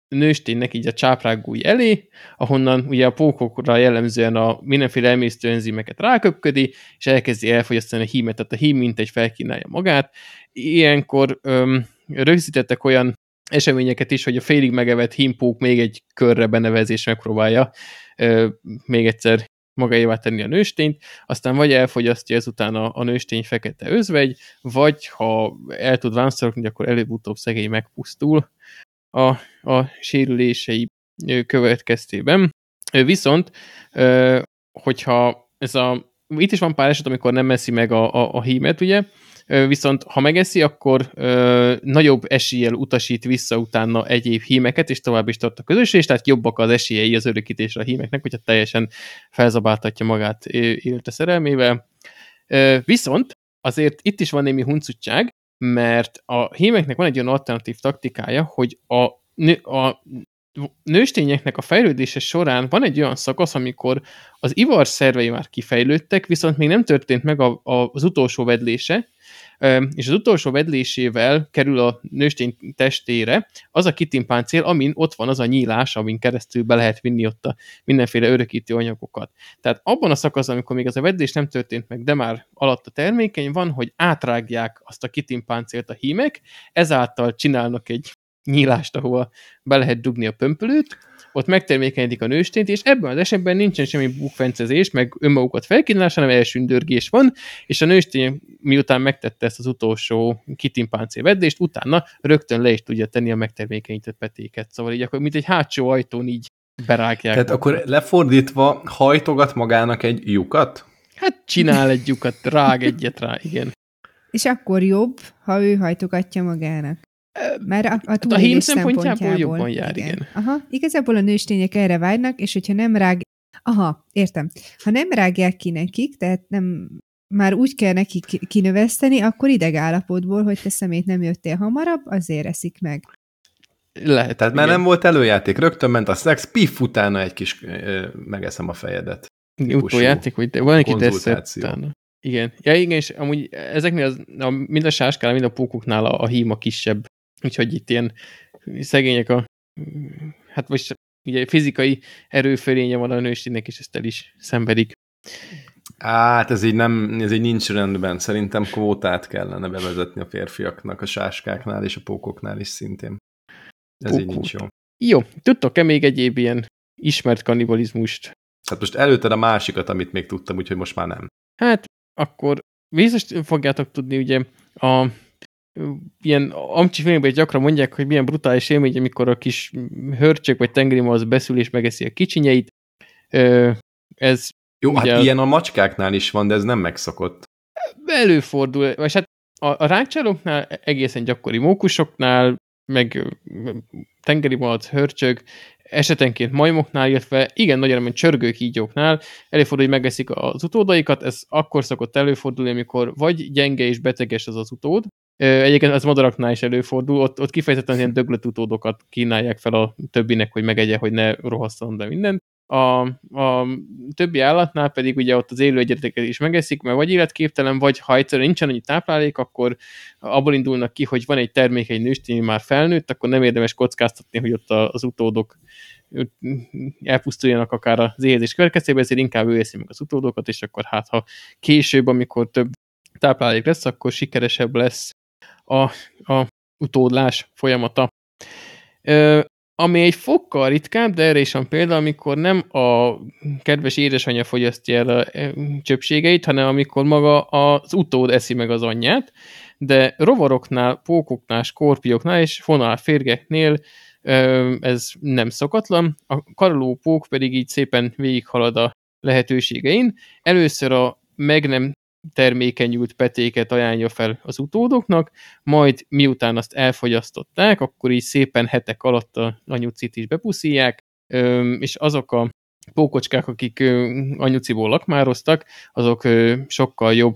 nősténynek így a csáprágúj elé, ahonnan ugye a pókokra jellemzően a mindenféle emésztő enzimeket ráköpködi, és elkezdi elfogyasztani a hímet, tehát a hím mintegy felkínálja magát. Ilyenkor rögzítettek olyan eseményeket is, hogy a félig megevett hímpók még egy körre benevezés megpróbálja még egyszer magáévá tenni a nőstényt, aztán vagy elfogyasztja ezután a nőstény fekete özvegy, vagy ha el tud vándorolni, akkor előbb-utóbb szegény megpusztul a sérülései következtében. Viszont, hogyha itt is van pár eset, amikor nem eszi meg a hímet, ugye, viszont ha megeszi, akkor nagyobb eséllyel utasít vissza utána egyéb hímeket, és tovább is tart a közösség, tehát jobbak az esélyei az örökítésre a hímeknek, hogyha teljesen felzabáltatja magát élete szerelmével. Viszont azért itt is van némi huncutság, mert a hímeknek van egy olyan alternatív taktikája, hogy a nőstényeknek a fejlődése során van egy olyan szakasz, amikor az ivar szervei már kifejlődtek, viszont még nem történt meg az utolsó vedlése, és az utolsó vedlésével kerül a nőstény testére az a kitimpáncél, amin ott van az a nyílás, amin keresztül be lehet vinni ott a mindenféle örökítő anyagokat. Tehát abban a szakaszban, amikor még az a vedlés nem történt meg, de már alatt a termékeny van, hogy átrágják azt a kitimpáncélt a hímek, ezáltal csinálnak egy nyílást, ahol be lehet dugni a pömpölőt, ott megtermékenyedik a nőstényt, és ebben az esetben nincsen semmi bukfencezés, meg önmagukat felkínálás, hanem elsündörgés van, és a nőstény miután megtette ezt az utolsó kitimpáncél vedlést, utána rögtön le is tudja tenni a megtermékenyített petéket. Szóval így akkor, mint egy hátsó ajtón így berágják. Tehát akkor lefordítva hajtogat magának egy lyukat? Hát csinál egy lyukat, rág egyet rá, igen. És akkor jobb, ha ő hajtogatja magának. Mert a hím szempontjából jobban jár, igen. Aha, igazából a nőstények erre vágynak, és hogyha nem rág... Aha, értem. Ha nem rágják ki nekik, tehát nem már úgy kell nekik kinöveszteni, akkor idegállapotból, hogy te szemét nem jöttél hamarabb, azért eszik meg. Lehet. Tehát már nem volt előjáték, rögtön ment a szex, piff, utána egy kis megeszem a fejedet. Utójáték, hogy van egy teszt utána. Igen. Ja, igen, és amúgy ezeknél mind a sáskánál, mind a pókoknál a hím a kisebb. Úgyhogy itt ilyen szegények hát most ugye fizikai erőfölénye van a nősténynek, és ezt el is szenvedik. Hát ez így nincs rendben. Szerintem kvótát kellene bevezetni a férfiaknak a sáskáknál és a pókoknál is szintén. Ez így nincs jó. Jó, tudtok-e még egyéb ilyen ismert kannibalizmust? Hát most előtted a másikat, amit még tudtam, úgyhogy most már nem. Hát akkor biztos fogjátok tudni, ugye ilyen amcsi filmekben gyakran mondják, hogy milyen brutális élmény, amikor a kis hörcsök vagy tengerimalom beszül és megeszi a kicsinyeit. Ez jó, ugye, hát ilyen a macskáknál is van, de ez nem megszokott. Előfordul, vagy hát a rágcsálóknál egészen gyakori, mókusoknál, meg tengerimalom, hörcsög, esetenként majmoknál, illetve igen, nagyon mint csörgőkígyóknál előfordul, hogy megeszik az utódaikat, ez akkor szokott előfordulni, amikor vagy gyenge és beteges az utód. Egyébként az madaraknál is előfordul, ott kifejezetten ilyen döglött utódokat kínálják fel a többinek, hogy megegye, hogy ne rohasszon be minden. A többi állatnál pedig ugye ott az élő egyedeket is megeszik, mert vagy életképtelen, vagy ha egyszerűen nincsen annyi táplálék, akkor abból indulnak ki, hogy van egy termékeny nőstény, már felnőtt, akkor nem érdemes kockáztatni, hogy ott az utódok elpusztuljanak akár az éhezés következtében, ezért inkább ő eszi meg az utódokat, és akkor hát ha később, amikor több táplálék lesz, akkor sikeresebb lesz a utódlás folyamata. Ami egy fokkal ritkább, de erre is van példa, amikor nem a kedves édesanyja fogyasztja el a csöpségeit, hanem amikor maga az utód eszi meg az anyját, de rovaroknál, pókoknál, skorpióknál és fonálférgeknél ez nem szokatlan. A karoló pók pedig így szépen végighalad a lehetőségein. Először a meg nem termékenyült petéket ajánlja fel az utódoknak, majd miután azt elfogyasztották, akkor így szépen hetek alatt a anyucit is bepuszíják, és azok a pókocskák, akik anyuciból lakmároztak, azok sokkal jobb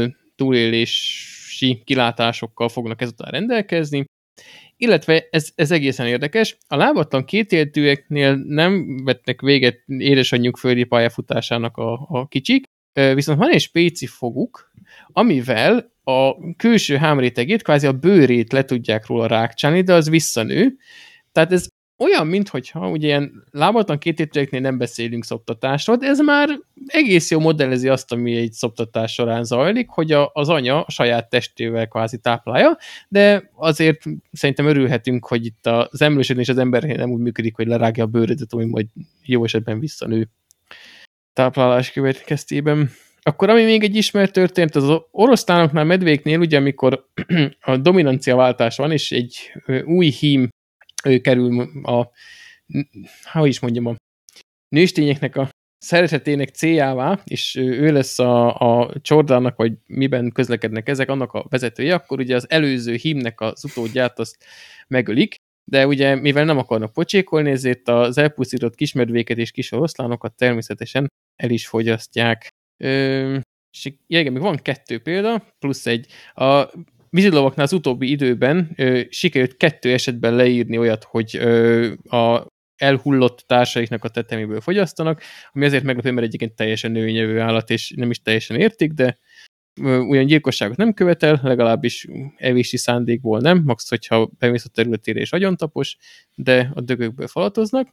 túlélési kilátásokkal fognak ezután rendelkezni, illetve ez egészen érdekes, a lábatlan kétéltűeknél nem vetnek véget édesanyjuk földi pályafutásának a kicsik, viszont van egy spéci foguk, amivel a külső hámrétegét, kvázi a bőrét le tudják róla rágcsálni, de az visszanő. Tehát ez olyan, minthogyha ugye ilyen lábatlan kétérteleknél nem beszélünk szoptatásról, de ez már egész jó modellezi azt, ami egy szoptatás során zajlik, hogy az anya a saját testével kvázi táplálja, de azért szerintem örülhetünk, hogy itt az emlősödés az ember nem úgy működik, hogy lerágja a bőrödet, ami majd jó esetben visszanő táplálás következtében. Akkor ami még egy ismert történet, az oroszlánoknál, medvéknél, ugye amikor a dominanciaváltás van, és egy új hím kerül a nőstényeknek a szeretetének céljává, és ő lesz a csordának, vagy miben közlekednek ezek, annak a vezetője, akkor ugye az előző hímnek az utódját azt megölik, de ugye mivel nem akarnak pocsékolni, ezért az elpusztított kismedvéket és kis oroszlánokat természetesen el is fogyasztják. És igen, még van 2 példa, plusz egy. A vízilovaknál az utóbbi időben sikerült 2 esetben leírni olyat, hogy a elhullott társaiknak a teteméből fogyasztanak, ami azért meglepő, mert egyébként teljesen növényevő állat, és nem is teljesen értik, de ugyan gyilkosságot nem követel, legalábbis evési szándékból nem, max, hogyha bemész a területére és agyontapos, de a dögökből falatoznak.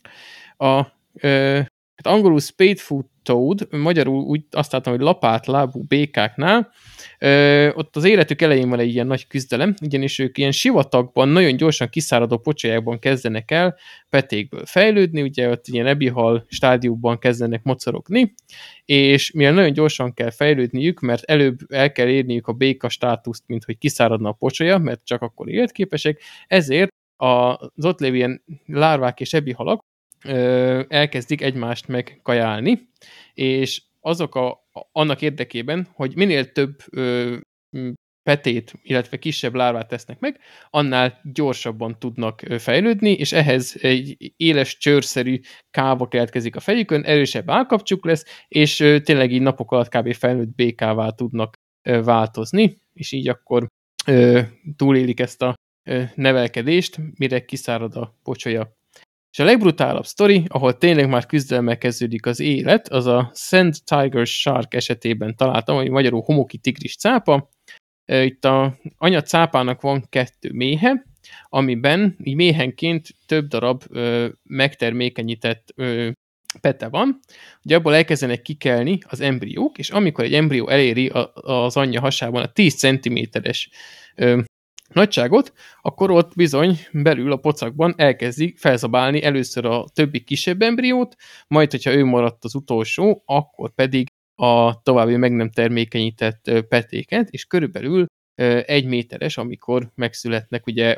Hát angolul spadefoot toad, magyarul úgy azt láttam, hogy lapátlábú békáknál, ott az életük elején van egy ilyen nagy küzdelem, ugyanis ők ilyen sivatagban, nagyon gyorsan kiszáradó pocsolyákban kezdenek el petékből fejlődni, ugye ott ilyen ebihal stádiumban kezdenek mocorogni, és mivel nagyon gyorsan kell fejlődniük, mert előbb el kell érniük a béka státuszt, mint hogy kiszáradna a pocsolya, mert csak akkor életképesek, ezért az ott lévő ilyen lárvák és ebihalak elkezdik egymást megkajálni, és azok annak érdekében, hogy minél több petét, illetve kisebb lárvát tesznek meg, annál gyorsabban tudnak fejlődni, és ehhez egy éles csőrszerű káva keletkezik a fejükön, erősebb állkapcsuk lesz, és tényleg így napok alatt kb. Felnőtt békává tudnak változni, és így akkor túlélik ezt a nevelkedést, mire kiszárad a pocsolya. És a legbrutálabb sztori, ahol tényleg már küzdelemmel kezdődik az élet, az a Sand Tiger Shark esetében találtam, ami magyarul homoki tigris cápa. Itt a anya cápának van 2 méhe, amiben így méhenként több darab megtermékenyített pete van. Ugye abból elkezdenek kikelni az embriók, és amikor egy embrió eléri az anyja hasában a 10 cm-es nagyságot, akkor ott bizony belül a pocakban elkezdi felzabálni először a többi kisebb embriót, majd, hogyha ő maradt az utolsó, akkor pedig a további meg nem termékenyített petéket, és körülbelül 1 méteres, amikor megszületnek ugye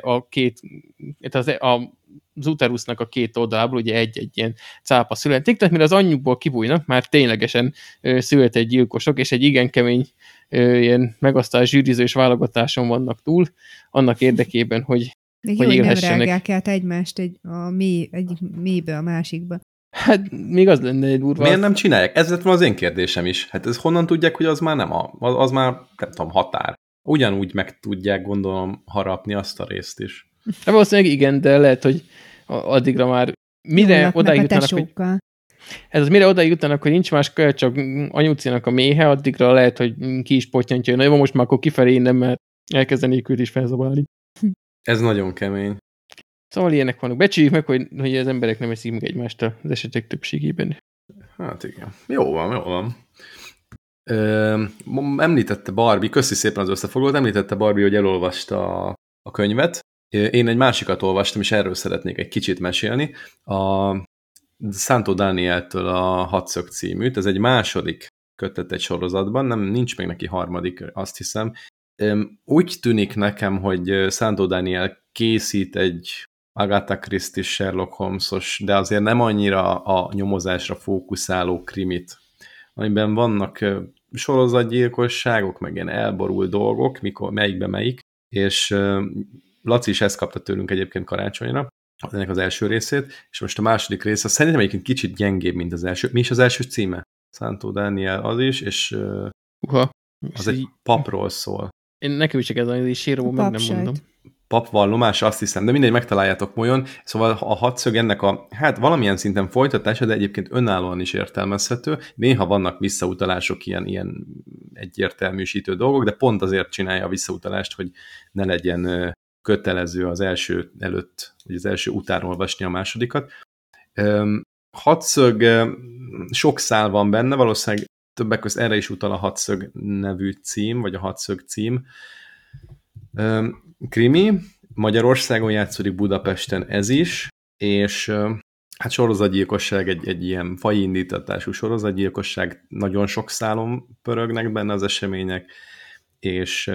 az uterusznak a 2 oldalából ugye egy ilyen cápa születik, tehát mire az anyjukból kibújnak, már ténylegesen született gyilkosok, és egy igen kemény ilyen megasztás zsűrizős válogatáson vannak túl, annak érdekében, hogy élhessenek. Nem rágják át egymást egy mélybe a másikba. Hát még az lenne egy durva. Miért nem csinálják? Ez lett az én kérdésem is. Hát ez honnan tudják, hogy az már nem az már, nem tudom, határ. Ugyanúgy meg tudják, gondolom, harapni azt a részt is. Hát valószínűleg igen, de lehet, hogy addigra már mire odáig jutnának, hogy mire odáig jutnának, hogy nincs más kölyök, csak anyucinak a méhe, addigra lehet, hogy ki is pottyantja. Na jó, most már akkor kifelé innen, mert elkezdenék őt is felzabálni. Ez nagyon kemény. Szóval ilyenek vannak. Becsüljük meg, hogy az emberek nem eszik meg egymást az esetek többségében. Hát igen. Jó van. Említette Barbie, köszi szépen az összefoglalót, említette Barbie, hogy elolvasta a könyvet. Én egy másikat olvastam, és erről szeretnék egy kicsit mesélni. A Santo Danieltől a Hadszög címűt, ez egy második kötet egy sorozatban, nincs még neki harmadik, azt hiszem. Úgy tűnik nekem, hogy Santo Daniel készít egy Agatha Christie Sherlock Holmesos, de azért nem annyira a nyomozásra fókuszáló krimit, amiben vannak sorozatgyilkosságok, meg ilyen elborult dolgok, melyikbe melyik, és Laci is ezt kapta tőlünk egyébként karácsonyra, ennek az első részét, és most a második része szerintem egyébként kicsit gyengébb, mint az első. Mi is az első címe? Santo Daniel az is, és az egy papról szól. Én nekem is csak ez az síró, meg nem mondom. Papvallomás, azt hiszem, de mindegy, megtaláljátok molyon. Szóval a Hadszög ennek hát valamilyen szinten folytatása, de egyébként önállóan is értelmezhető. Néha vannak visszautalások, ilyen egyértelműsítő dolgok, de pont azért csinálja a visszautalást, hogy ne legyen kötelező az első előtt, vagy az első után olvasni a másodikat. Hatszög, sok szál van benne, valószínűleg többek között erre is utal a Hatszög nevű cím, vagy a Hatszög cím. Krimi, Magyarországon játszódik, Budapesten ez is, és hát sorozatgyilkosság, egy ilyen fajindítatású sorozatgyilkosság, nagyon sok szálon pörögnek benne az események, és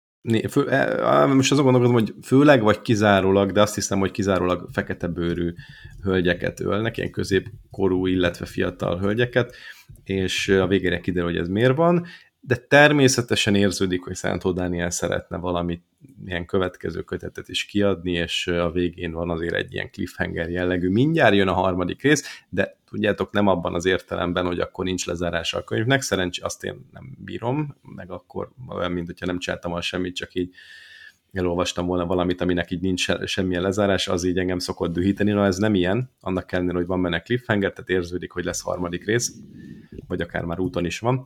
most azon gondolkodom, hogy főleg vagy kizárólag, de azt hiszem, hogy kizárólag fekete bőrű hölgyeket ölnek, ilyen középkorú, illetve fiatal hölgyeket, és a végére kiderül, hogy ez miért van, de természetesen érződik, hogy Szántó Dániel szeretne valamit, ilyen következő kötetet is kiadni, és a végén van azért egy ilyen cliffhanger jellegű. Mindjárt jön a harmadik rész, de tudjátok, nem abban az értelemben, hogy akkor nincs lezárása a könyvnek, azt én nem bírom, meg akkor olyan, mint hogyha nem csináltam volna semmit, csak így elolvastam volna valamit, aminek így nincs semmilyen lezárás, az így engem szokott dühíteni, ez nem ilyen, annak ellenére, hogy van benne cliffhanger, tehát érződik, hogy lesz harmadik rész, vagy akár már úton is van.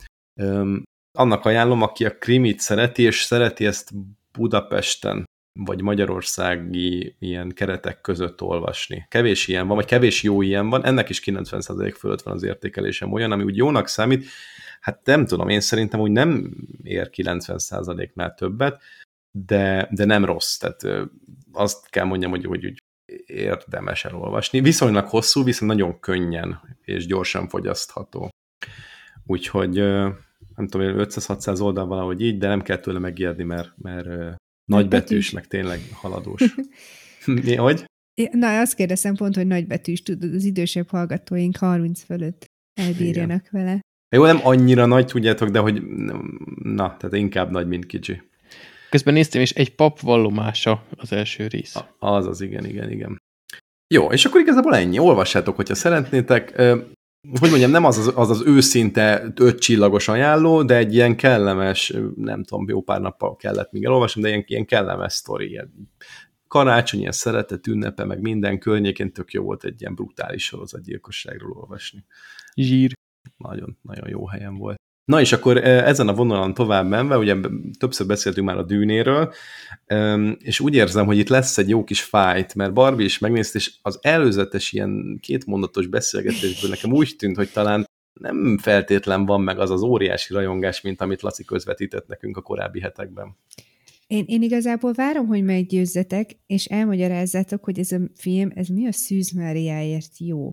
Annak ajánlom, aki a krimit szereti, és szereti ezt Budapesten, vagy magyarországi ilyen keretek között olvasni. Kevés ilyen van, vagy kevés jó ilyen van, ennek is 90% fölött van az értékelésem olyan, ami úgy jónak számít, hát nem tudom, én szerintem úgy nem ér 90%-nál többet, de nem rossz, tehát azt kell mondjam, hogy úgy érdemes elolvasni. Viszonylag hosszú, viszont nagyon könnyen és gyorsan fogyasztható. Úgyhogy nem tudom, 500-600 oldal valahogy így, de nem kell tőle megijedni, mert nagybetűs, meg tényleg haladós. Mi, hogy? Na, azt kérdezem pont, hogy nagybetűs, tudod, az idősebb hallgatóink 30 fölött elbírjanak vele. Jó, nem annyira nagy, tudjátok, de hogy na, tehát inkább nagy, mint kicsi. Közben néztem, és egy pap vallomása az első rész. Az, igen. Jó, és akkor igazából ennyi. Olvassátok, hogyha szeretnétek. Hogy mondjam, nem az őszinte 5 csillagos ajánló, de egy ilyen kellemes, nem tudom, jó pár nappal kellett még elolvasni, de ilyen kellemes sztori. Ilyen karácsony, ilyen szeretet ünnepe, meg minden környékén tök jó volt egy ilyen brutális sorozatgyilkosságról olvasni. Zsír. Nagyon, nagyon jó helyen volt. Na és akkor ezen a vonalon tovább menve, ugye többször beszéltünk már a Dűnéről, és úgy érzem, hogy itt lesz egy jó kis fight, mert Barbie is megnézte, és az előzetes ilyen 2 mondatos beszélgetésből nekem úgy tűnt, hogy talán nem feltétlen van meg az az óriási rajongás, mint amit Laci közvetített nekünk a korábbi hetekben. Én igazából várom, hogy meggyőzzetek, és elmagyarázzátok, hogy ez a film, ez mi a Szűz Máriáért jó.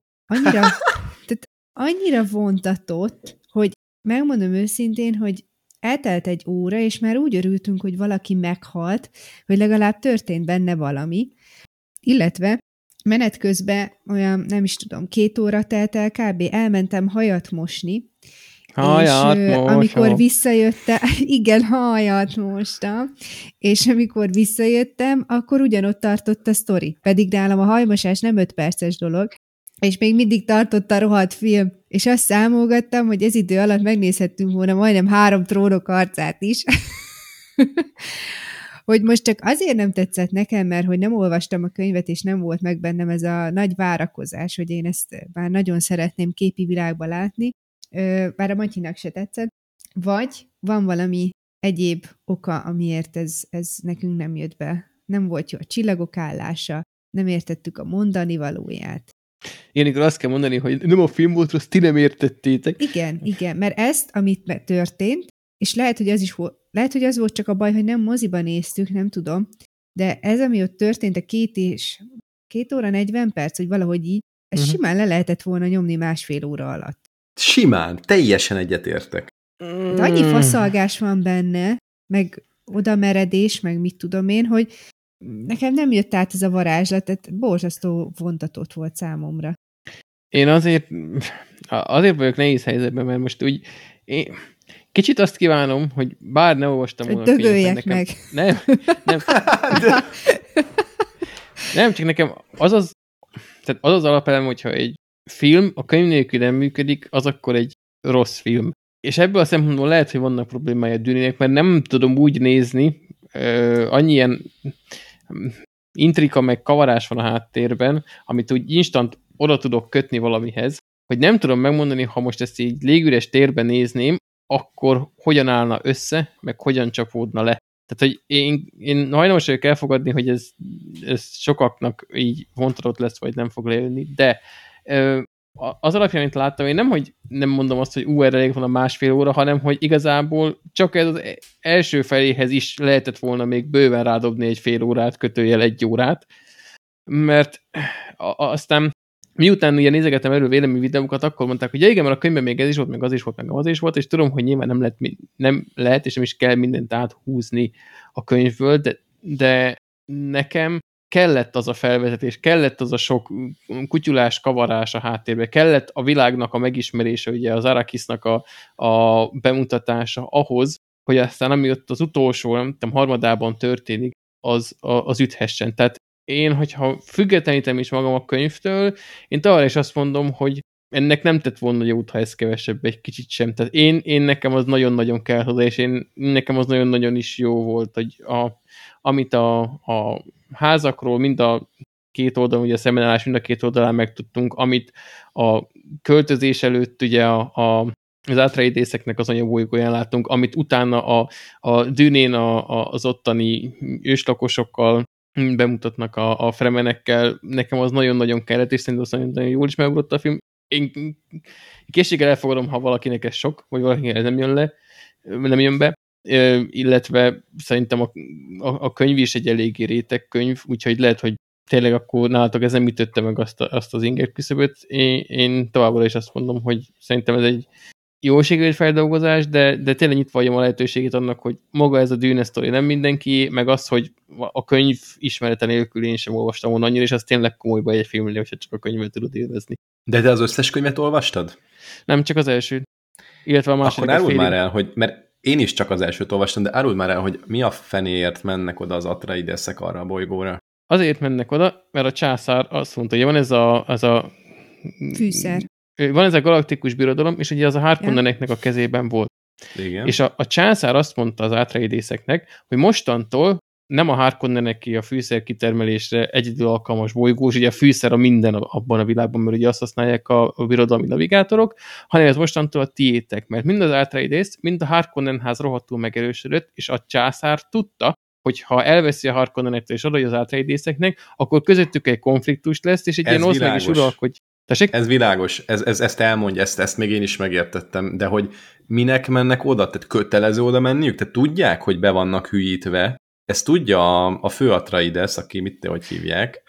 Annyira vontatott, hogy megmondom őszintén, hogy eltelt egy óra, és már úgy örültünk, hogy valaki meghalt, hogy legalább történt benne valami, illetve menet közben olyan, nem is tudom, 2 óra telt el, kb. Elmentem hajat mosni, és amikor visszajöttem, igen, hajat mostam, és amikor visszajöttem, akkor ugyanott tartott a sztori, pedig nálam a hajmosás nem 5 perces dolog, és még mindig tartott a rohadt film, és azt számolgattam, hogy ez idő alatt megnézhettünk volna majdnem 3 Trónok harcát is. Hogy most csak azért nem tetszett nekem, mert hogy nem olvastam a könyvet, és nem volt meg bennem ez a nagy várakozás, hogy én ezt már nagyon szeretném képi világba látni, bár a Matyinak se tetszett, vagy van valami egyéb oka, amiért ez nekünk nem jött be. Nem volt jó a csillagok állása, nem értettük a mondani valóját. Ilyenkor azt kell mondani, hogy nem a film volt rossz, ti nem értettétek. Igen, mert ezt, amit történt, és lehet, hogy az volt csak a baj, hogy nem moziban néztük, nem tudom, de ez, ami ott történt, a 2 óra 40 perc, hogy valahogy így, ez simán le lehetett volna nyomni 1,5 óra alatt. Simán, teljesen egyetértek. De annyi faszalgás van benne, meg odameredés, meg mit tudom én, hogy nekem nem jött át ez a varázslat, tehát borzasztó vontatott volt számomra. Én azért vagyok nehéz helyzetben, mert most úgy kicsit azt kívánom, hogy bár ne olvastam volna a filmet, nekem... meg. Nem. Nem, csak nekem az az alapelem, hogyha egy film a könyv nélkül nem működik, az akkor egy rossz film. És ebből a szempontból lehet, hogy vannak problémája a Dűnének, mert nem tudom úgy nézni, annyi ilyen intrika meg kavarás van a háttérben, amit úgy instant oda tudok kötni valamihez, hogy nem tudom megmondani, ha most ezt így légüres térben nézném, akkor hogyan állna össze, meg hogyan csapódna le. Tehát, hogy én hajlamos vagyok elfogadni, hogy ez sokaknak így vontatott lesz, vagy nem fog leülni, de az alapján, amit láttam, én nem mondom azt, hogy erre elég van a másfél óra, hanem, hogy igazából csak ez az első feléhez is lehetett volna még bőven rádobni egy fél órát, kötőjel egy órát, mert aztán miután ugye nézegettem erről vélemény videókat, akkor mondták, hogy ja igen, mert a könyvben még ez is volt, meg az is volt, meg az is volt, és tudom, hogy nyilván nem lehet, és nem is kell mindent áthúzni a könyvből, de nekem kellett az a felvezetés, kellett az a sok kutyulás, kavarás a háttérbe, kellett a világnak a megismerése, ugye az Arrakisnak a bemutatása ahhoz, hogy aztán ami ott az utolsó, nem tudom, harmadában történik, az üthessen. Tehát én, hogyha függetlenítem is magam a könyvtől, én továbbra is azt mondom, hogy ennek nem tett volna jót, ha ez kevesebb egy kicsit sem. Tehát én nekem az nagyon-nagyon kell hozzá, és nekem az nagyon-nagyon is jó volt, hogy amit a házakról, mind a két oldalon, ugye a szembenállás mind a két oldalán megtudtunk, amit a költözés előtt ugye az Atreideseknek az anyabolygóján látunk, amit utána a dűnén az ottani őslakosokkal bemutatnak a fremenekkel, nekem az nagyon-nagyon kellett, és szerintem az nagyon-nagyon jól is megugrott a film. Én készséggel elfogadom, ha valakinek ez sok, vagy valakinek ez nem jön be, illetve szerintem a könyv is egy eléggé réteg könyv, úgyhogy lehet, hogy tényleg akkor nálatok ez nem ütötte meg azt az inger küszöböt. Én továbbra is azt mondom, hogy szerintem ez egy jó sikerült feldolgozás, de tényleg nyitva vagyom a lehetőségét annak, hogy maga ez a Dune sztori nem mindenki, meg az, hogy a könyv ismerete nélkül én sem olvastam volna annyira, és az tényleg komolyba egy filmnél, hogyha csak a könyvet tudod élvezni. De te az összes könyvet olvastad? Nem, csak az első. Illetve a második. Akkor áruld már el, hogy, mert én is csak az elsőt olvastam, de áruld már el, hogy mi a fenéért mennek oda az Atreidesek arra a bolygóra? Azért mennek oda, mert a császár azt mondta, hogy van ez a fűszer. Van ez a galaktikus birodalom, és ugye az a Harkonneneknek a kezében volt. Igen. És a császár azt mondta az Atreideseknek, hogy mostantól nem a Harkonneneké a fűszer kitermelésre egyedül alkalmas bolygós, ugye a fűszer a minden abban a világban, mert ugye azt használják a birodalmi navigátorok, hanem ez mostantól a tiétek, mert mind az Atreides, mind a Harkonnen ház rohadtul megerősödött, és a császár tudta, hogy ha elveszi a Harkonnenektől és adja az Atreideseknek, akkor közöttük egy konfliktus lesz, és egy ilyen ország is uralkodj. Tessék? Ez világos, ezt elmondja, ezt még én is megértettem, de hogy minek mennek oda? Tehát kötelező oda menniük? Tehát tudják, hogy be vannak hülyítve. Ezt tudja a fő Atreides, aki hogy hívják?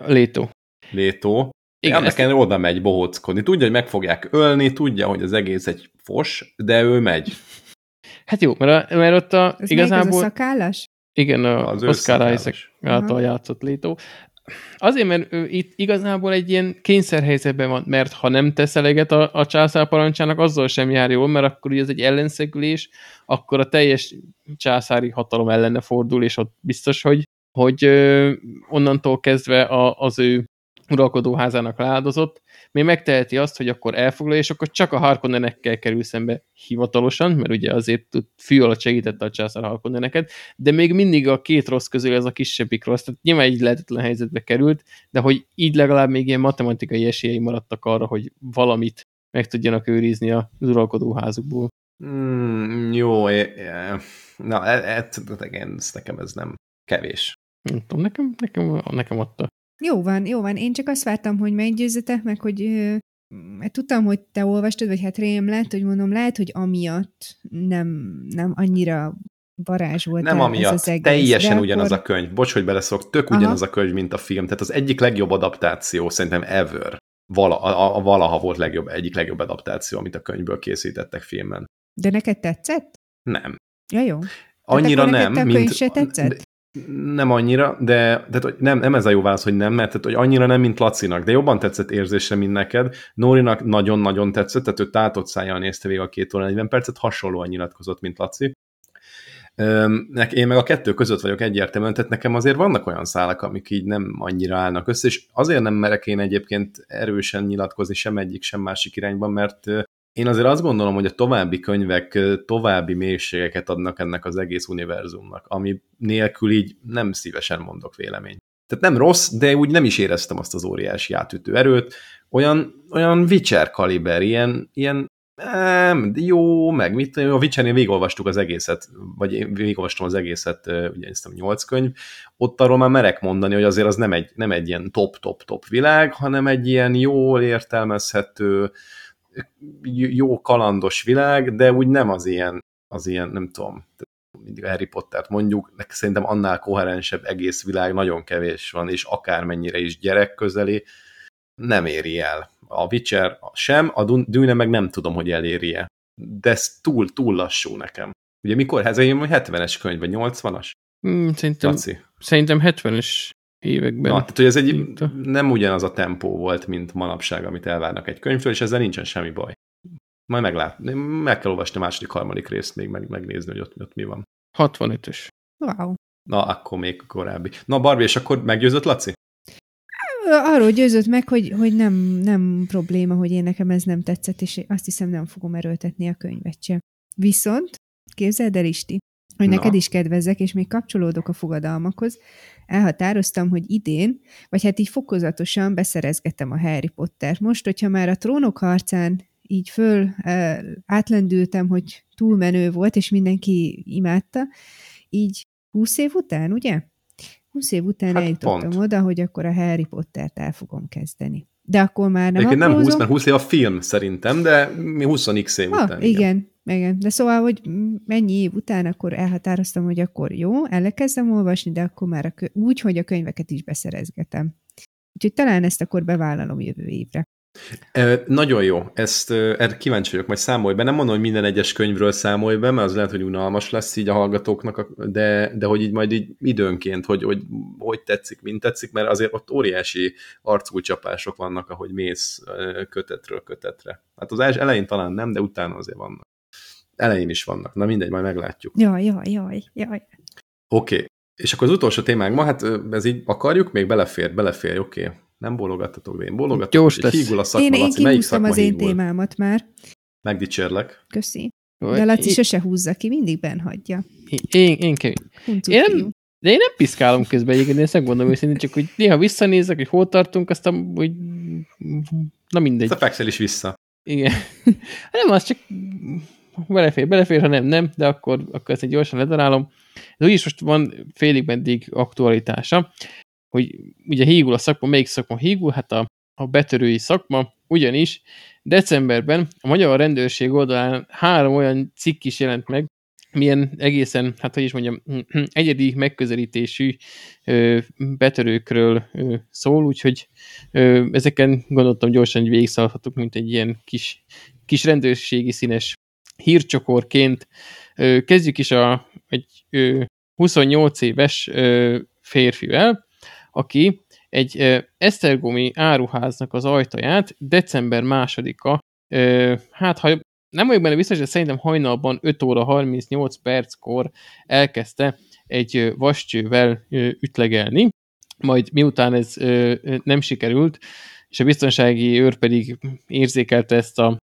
Leto. Igen, nekem oda megy bohóckodni. Tudja, hogy meg fogják ölni, tudja, hogy az egész egy fos, de ő megy. Hát jó, mert ott ez igazából... Ez a szakállas? Igen, az Oscar Isaac által játszott Leto. Azért, mert ő itt igazából egy ilyen kényszerhelyzetben van, mert ha nem tesz eleget a császár parancsának, azzal sem jár jól, mert akkor ugye ez egy ellenszegülés, akkor a teljes császári hatalom ellene fordul, és ott biztos, hogy onnantól kezdve az ő uralkodóházának leáldozott, még megteheti azt, hogy akkor elfoglalja, és akkor csak a Harkonnenekkel kerül szembe hivatalosan, mert ugye azért fű alatt segítette a császár Harkonneneket, de még mindig a két rossz közül ez a kisebbik rossz, tehát nyilván egy lehetetlen helyzetbe került, de hogy így legalább még ilyen matematikai esélyei maradtak arra, hogy valamit meg tudjanak őrizni az uralkodóházukból. Jó, na, nekem ez nem kevés. Nem tudom, nekem adta. Jó van. Én csak azt vártam, hogy meggyőzzetek meg, hogy tudtam, hogy te olvastad, vagy hát rém lett, hogy mondom, lehet, hogy amiatt nem annyira varázs volt nem amiatt, ez az egész. Teljesen ugyanaz a könyv. Bocs, hogy beleszok, tök ugyanaz a könyv, mint a film. Tehát az egyik legjobb adaptáció, szerintem ever. Valaha volt egyik legjobb adaptáció, amit a könyvből készítettek filmen. De neked tetszett? Nem. Ja, jó. Annyira nem, mint... a könyv se tetszett? Nem annyira, de nem ez a jó válasz, hogy nem, mert hogy annyira nem, mint Lacinak, de jobban tetszett érzésre, mint neked. Nórinak nagyon-nagyon tetszett, tehát ő tátott szájjal nézte végig a 2 óra 40 percet, hasonlóan nyilatkozott, mint Laci. Én meg a kettő között vagyok egyértelműen, tehát nekem azért vannak olyan szálak, amik így nem annyira állnak össze, és azért nem merek én egyébként erősen nyilatkozni sem egyik, sem másik irányban, mert én azért azt gondolom, hogy a további könyvek további mélységeket adnak ennek az egész univerzumnak, ami nélkül így nem szívesen mondok véleményt. Tehát nem rossz, de úgy nem is éreztem azt az óriási átütő erőt. Olyan Witcher kaliber, ilyen Nem, jó, meg mit tudom, a Witchernél végigolvastuk az egészet, vagy én végigolvastam az egészet, ugye ezt 8 könyv, ott arról már merek mondani, hogy azért az nem egy ilyen top világ, hanem egy ilyen jól értelmezhető, jó kalandos világ, de úgy nem az ilyen nem tudom, mindig Harry Pottert mondjuk, de szerintem annál koherensebb egész világ nagyon kevés van, és akármennyire is gyerekközeli, nem éri el. A Witcher sem, a Dune meg nem tudom, hogy eléri-e. De ez túl lassú nekem. Ugye mikor? Ez egy 70-es könyv, vagy 80-as? Szerintem 70-es években. Na, tehát, hogy ez nem ugyanaz a tempó volt, mint manapság, amit elvárnak egy könyvtől, és ezzel nincsen semmi baj. Majd meg kell olvasni a második, harmadik részt még megnézni, hogy ott mi van. 65-ös. Wow. Na, akkor még korábbi. Na, Barbie, és akkor meggyőzött Laci? Arról győzött meg, hogy nem probléma, hogy én nekem ez nem tetszett, és azt hiszem nem fogom erőltetni a könyvet sem. Viszont, képzeld el, Isti, hogy neked is kedvezzek, és még kapcsolódok a fogadalmakhoz, elhatároztam, hogy idén, vagy hát így fokozatosan beszerezgetem a Harry Pottert. Most, hogyha már a Trónok harcán így átlendültem, hogy túl menő volt, és mindenki imádta, így 20 év után, ugye? 20 év után eljutottam oda, hogy akkor a Harry Pottert el fogom kezdeni. De akkor már nem nem 20, mert 20 év a film szerintem, de mi 20x év után. Igen. De szóval, hogy mennyi év után akkor elhatároztam, hogy akkor jó, elkezdem olvasni, de akkor már úgy, hogy a könyveket is beszerezgetem. Úgyhogy talán ezt akkor bevállalom jövő évre. Nagyon jó, erre kíváncsi vagyok, majd számolj be. Nem mondom, hogy minden egyes könyvről számolj be, mert az lehet, hogy unalmas lesz így a hallgatóknak, de hogy így majd így időnként, hogy tetszik, mint tetszik, mert azért ott óriási arcúcsapások vannak, ahogy mész kötetről kötetre. Hát az elején talán nem, de utána azért vannak. Elején is vannak. Na mindegy, majd meglátjuk. Jaj. Oké. És akkor az utolsó témánk ma, hát ez így akarjuk, még belefér, oké. Nem bólogattatok, én bólogatok. Gyors lesz. Hígul a szakma, Én Laci. Melyik szakma az én hígul? témámat már. Megdicsérlek. Köszi. De Laci sose húzza ki, mindig benhagyja. Én nem piszkálom közben, én ezt megmondom őszintén, csak hogy néha visszanézek, hogy hol tartunk, aztán hogy na mindegy. Te fekszel is vissza. Igen. Nem, az csak belefér, ha nem, de akkor ezt gyorsan ledarálom. De úgyis most van félig meddig aktualitása, hogy ugye hígul a szakma, melyik szakma hígul? Hát a betörői szakma, ugyanis decemberben a magyar rendőrség oldalán 3 olyan cikk is jelent meg, milyen egészen, hát hogy is mondjam, egyedi megközelítésű betörőkről szól, úgyhogy ezeken gondoltam gyorsan, hogy végigszaladhatok, mint egy ilyen kis rendőrségi színes hírcsokorként. Kezdjük is egy 28 éves férfivel, aki egy esztergomi áruháznak az ajtaját december 2-a, hát ha nem vagyok benne biztos, de szerintem hajnalban 5 óra 38 perckor elkezdte egy vascsővel ütlegelni, majd miután ez nem sikerült, és a biztonsági őr pedig érzékelte ezt a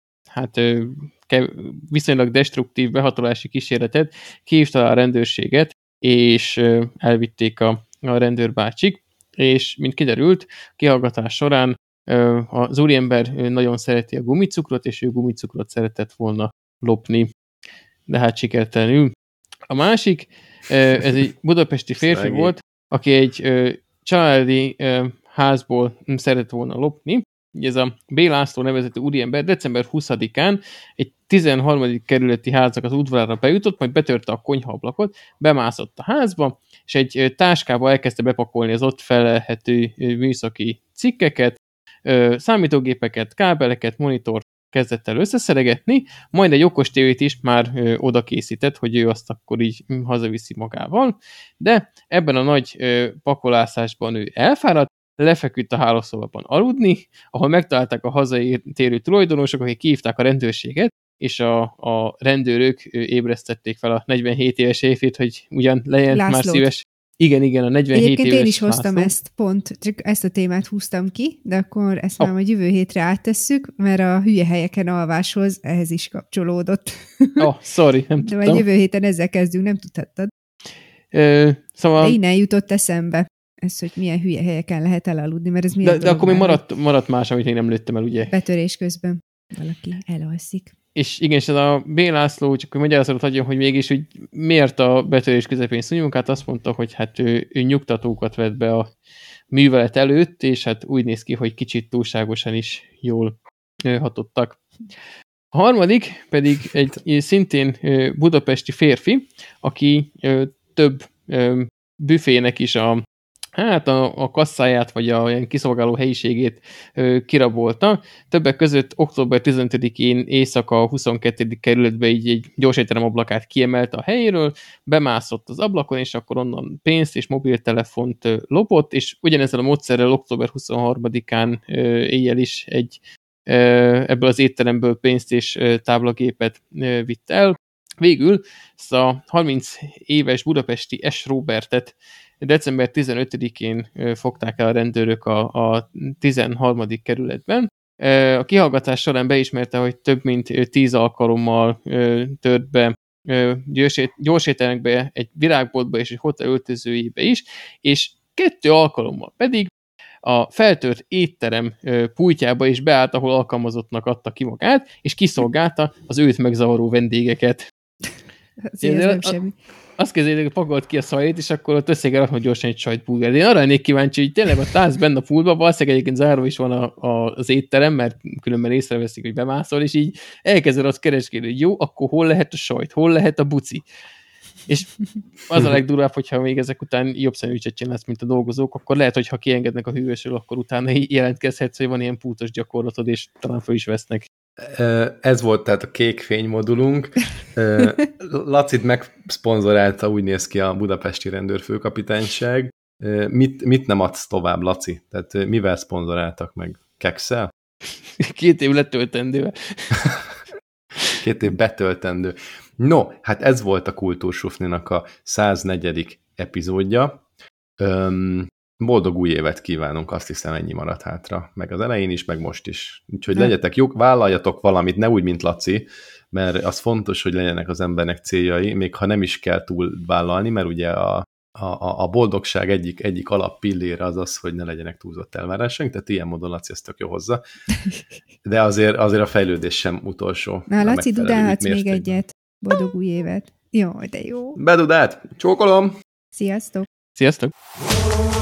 viszonylag destruktív behatolási kísérletet, kihívta a rendőrséget, és elvitték a rendőrbácsik, és mint kiderült, kihallgatás során az úriember nagyon szereti a gumicukrot, és ő gumicukrot szeretett volna lopni, de hát sikertelenül. A másik, ez egy budapesti férfi volt, aki egy családi házból szeretett volna lopni. Ez a B. László nevezetű úriember december 20-án egy 13. kerületi háznak az udvarára bejutott, majd betörte a konyhaablakot, bemászott a házba, és egy táskába elkezdte bepakolni az ott felelhető műszaki cikkeket, számítógépeket, kábeleket, monitort kezdett el összeszeregetni, majd egy okostévét is már oda készített, hogy ő azt akkor így hazaviszi magával, de ebben a nagy pakolászásban ő elfáradt, lefeküdt a hálószobában aludni, ahol megtalálták a hazatérő tulajdonosok, akik kihívták a rendőrséget, és a rendőrök ébresztették fel a 47 éves éfét, hogy ugyan legyen már szíves. Igen, a 47 Egyébként éves én is hoztam László. ezt pont, csak ezt a témát húztam ki, de akkor ezt már majd jövő hétre áttesszük, mert a hülye helyeken alváshoz ehhez is kapcsolódott. Sorry, nem de tudtam. majd jövő héten ezzel kezdünk, nem tudhattad. Szóval... De innen jutott eszembe ez, hogy milyen hülye helyeken lehet elaludni, mert ez milyen De akkor még maradt más, amit még nem lőttem el, ugye? Betörés közben valaki elalszik. És igen, és ez a B. László csak hogy magyarázatot adjon, hogy mégis, hogy miért a betörés közepén szúnyunk, hát azt mondta, hogy hát ő nyugtatókat vett be a művelet előtt, és hát úgy néz ki, hogy kicsit túlságosan is jól hatottak. A harmadik pedig egy szintén budapesti férfi, aki több büfének is a kasszáját, vagy a ilyen kiszolgáló helyiségét kirabolta. Többek között október 15-én éjszaka a 22. kerületbe így egy gyorsétterem ablakát kiemelte a helyéről, bemászott az ablakon, és akkor onnan pénzt és mobiltelefont lopott, és ugyanezzel a módszerrel október 23-án éjjel is ebből az étteremből pénzt és táblagépet vitt el. Végül ezt a 30 éves budapesti S. Robertet december 15-én fogták el a rendőrök a 13. kerületben. A kihallgatás során beismerte, hogy több mint 10 alkalommal tört be gyorsétterembe, egy virágboltba és egy hotel öltözőjébe is, és 2 alkalommal pedig a feltört étterem pultjába is beállt, ahol alkalmazottnak adta ki magát, és kiszolgálta az őt megzavaró vendégeket. Azt kezdődik, hogy pakolt ki a szajét, és akkor ott összegeraknak gyorsan egy sajtburger. Én arra lennék kíváncsi, hogy tényleg a tász benne a pultban, valószínűleg egyébként zárva is van az étterem, mert különben észreveszik, hogy bemászol, és így elkezded azt kereskedni, hogy jó, akkor hol lehet a sajt, hol lehet a buci. És az a legdurvább, hogyha még ezek után jobb szeműcset csinálsz, mint a dolgozók, akkor lehet, hogy ha kiengednek a hűvösről, akkor utána jelentkezhetsz, hogy van ilyen pultos gyakorlatod, és talán fel is vesznek. Ez volt tehát a kék fénymodulunk. Lacit megszponzorálta, úgy néz ki a budapesti rendőrfőkapitányság. Mit nem adsz tovább, Laci? Tehát mivel szponzoráltak meg? Kekszel? 2 év letöltendővel. 2 év betöltendő. No, hát ez volt a Kultúrsufninak a 104. epizódja. Boldog új évet kívánunk, azt hiszem ennyi maradt hátra. Meg az elején is, meg most is. Úgyhogy legyetek jók, vállaljatok valamit, ne úgy, mint Laci, mert az fontos, hogy legyenek az embernek céljai, még ha nem is kell túl vállalni, mert ugye a boldogság egyik alappillére az az, hogy ne legyenek túlzott elvárásaink, tehát ilyen módon Laci ezt tök jó hozzá. De azért a fejlődés sem utolsó. Na, Laci, dudálhatsz még egyet. Boldog új évet. Jó, de jó. Bedudált! Csókolom! Sziasztok! Sziasztok!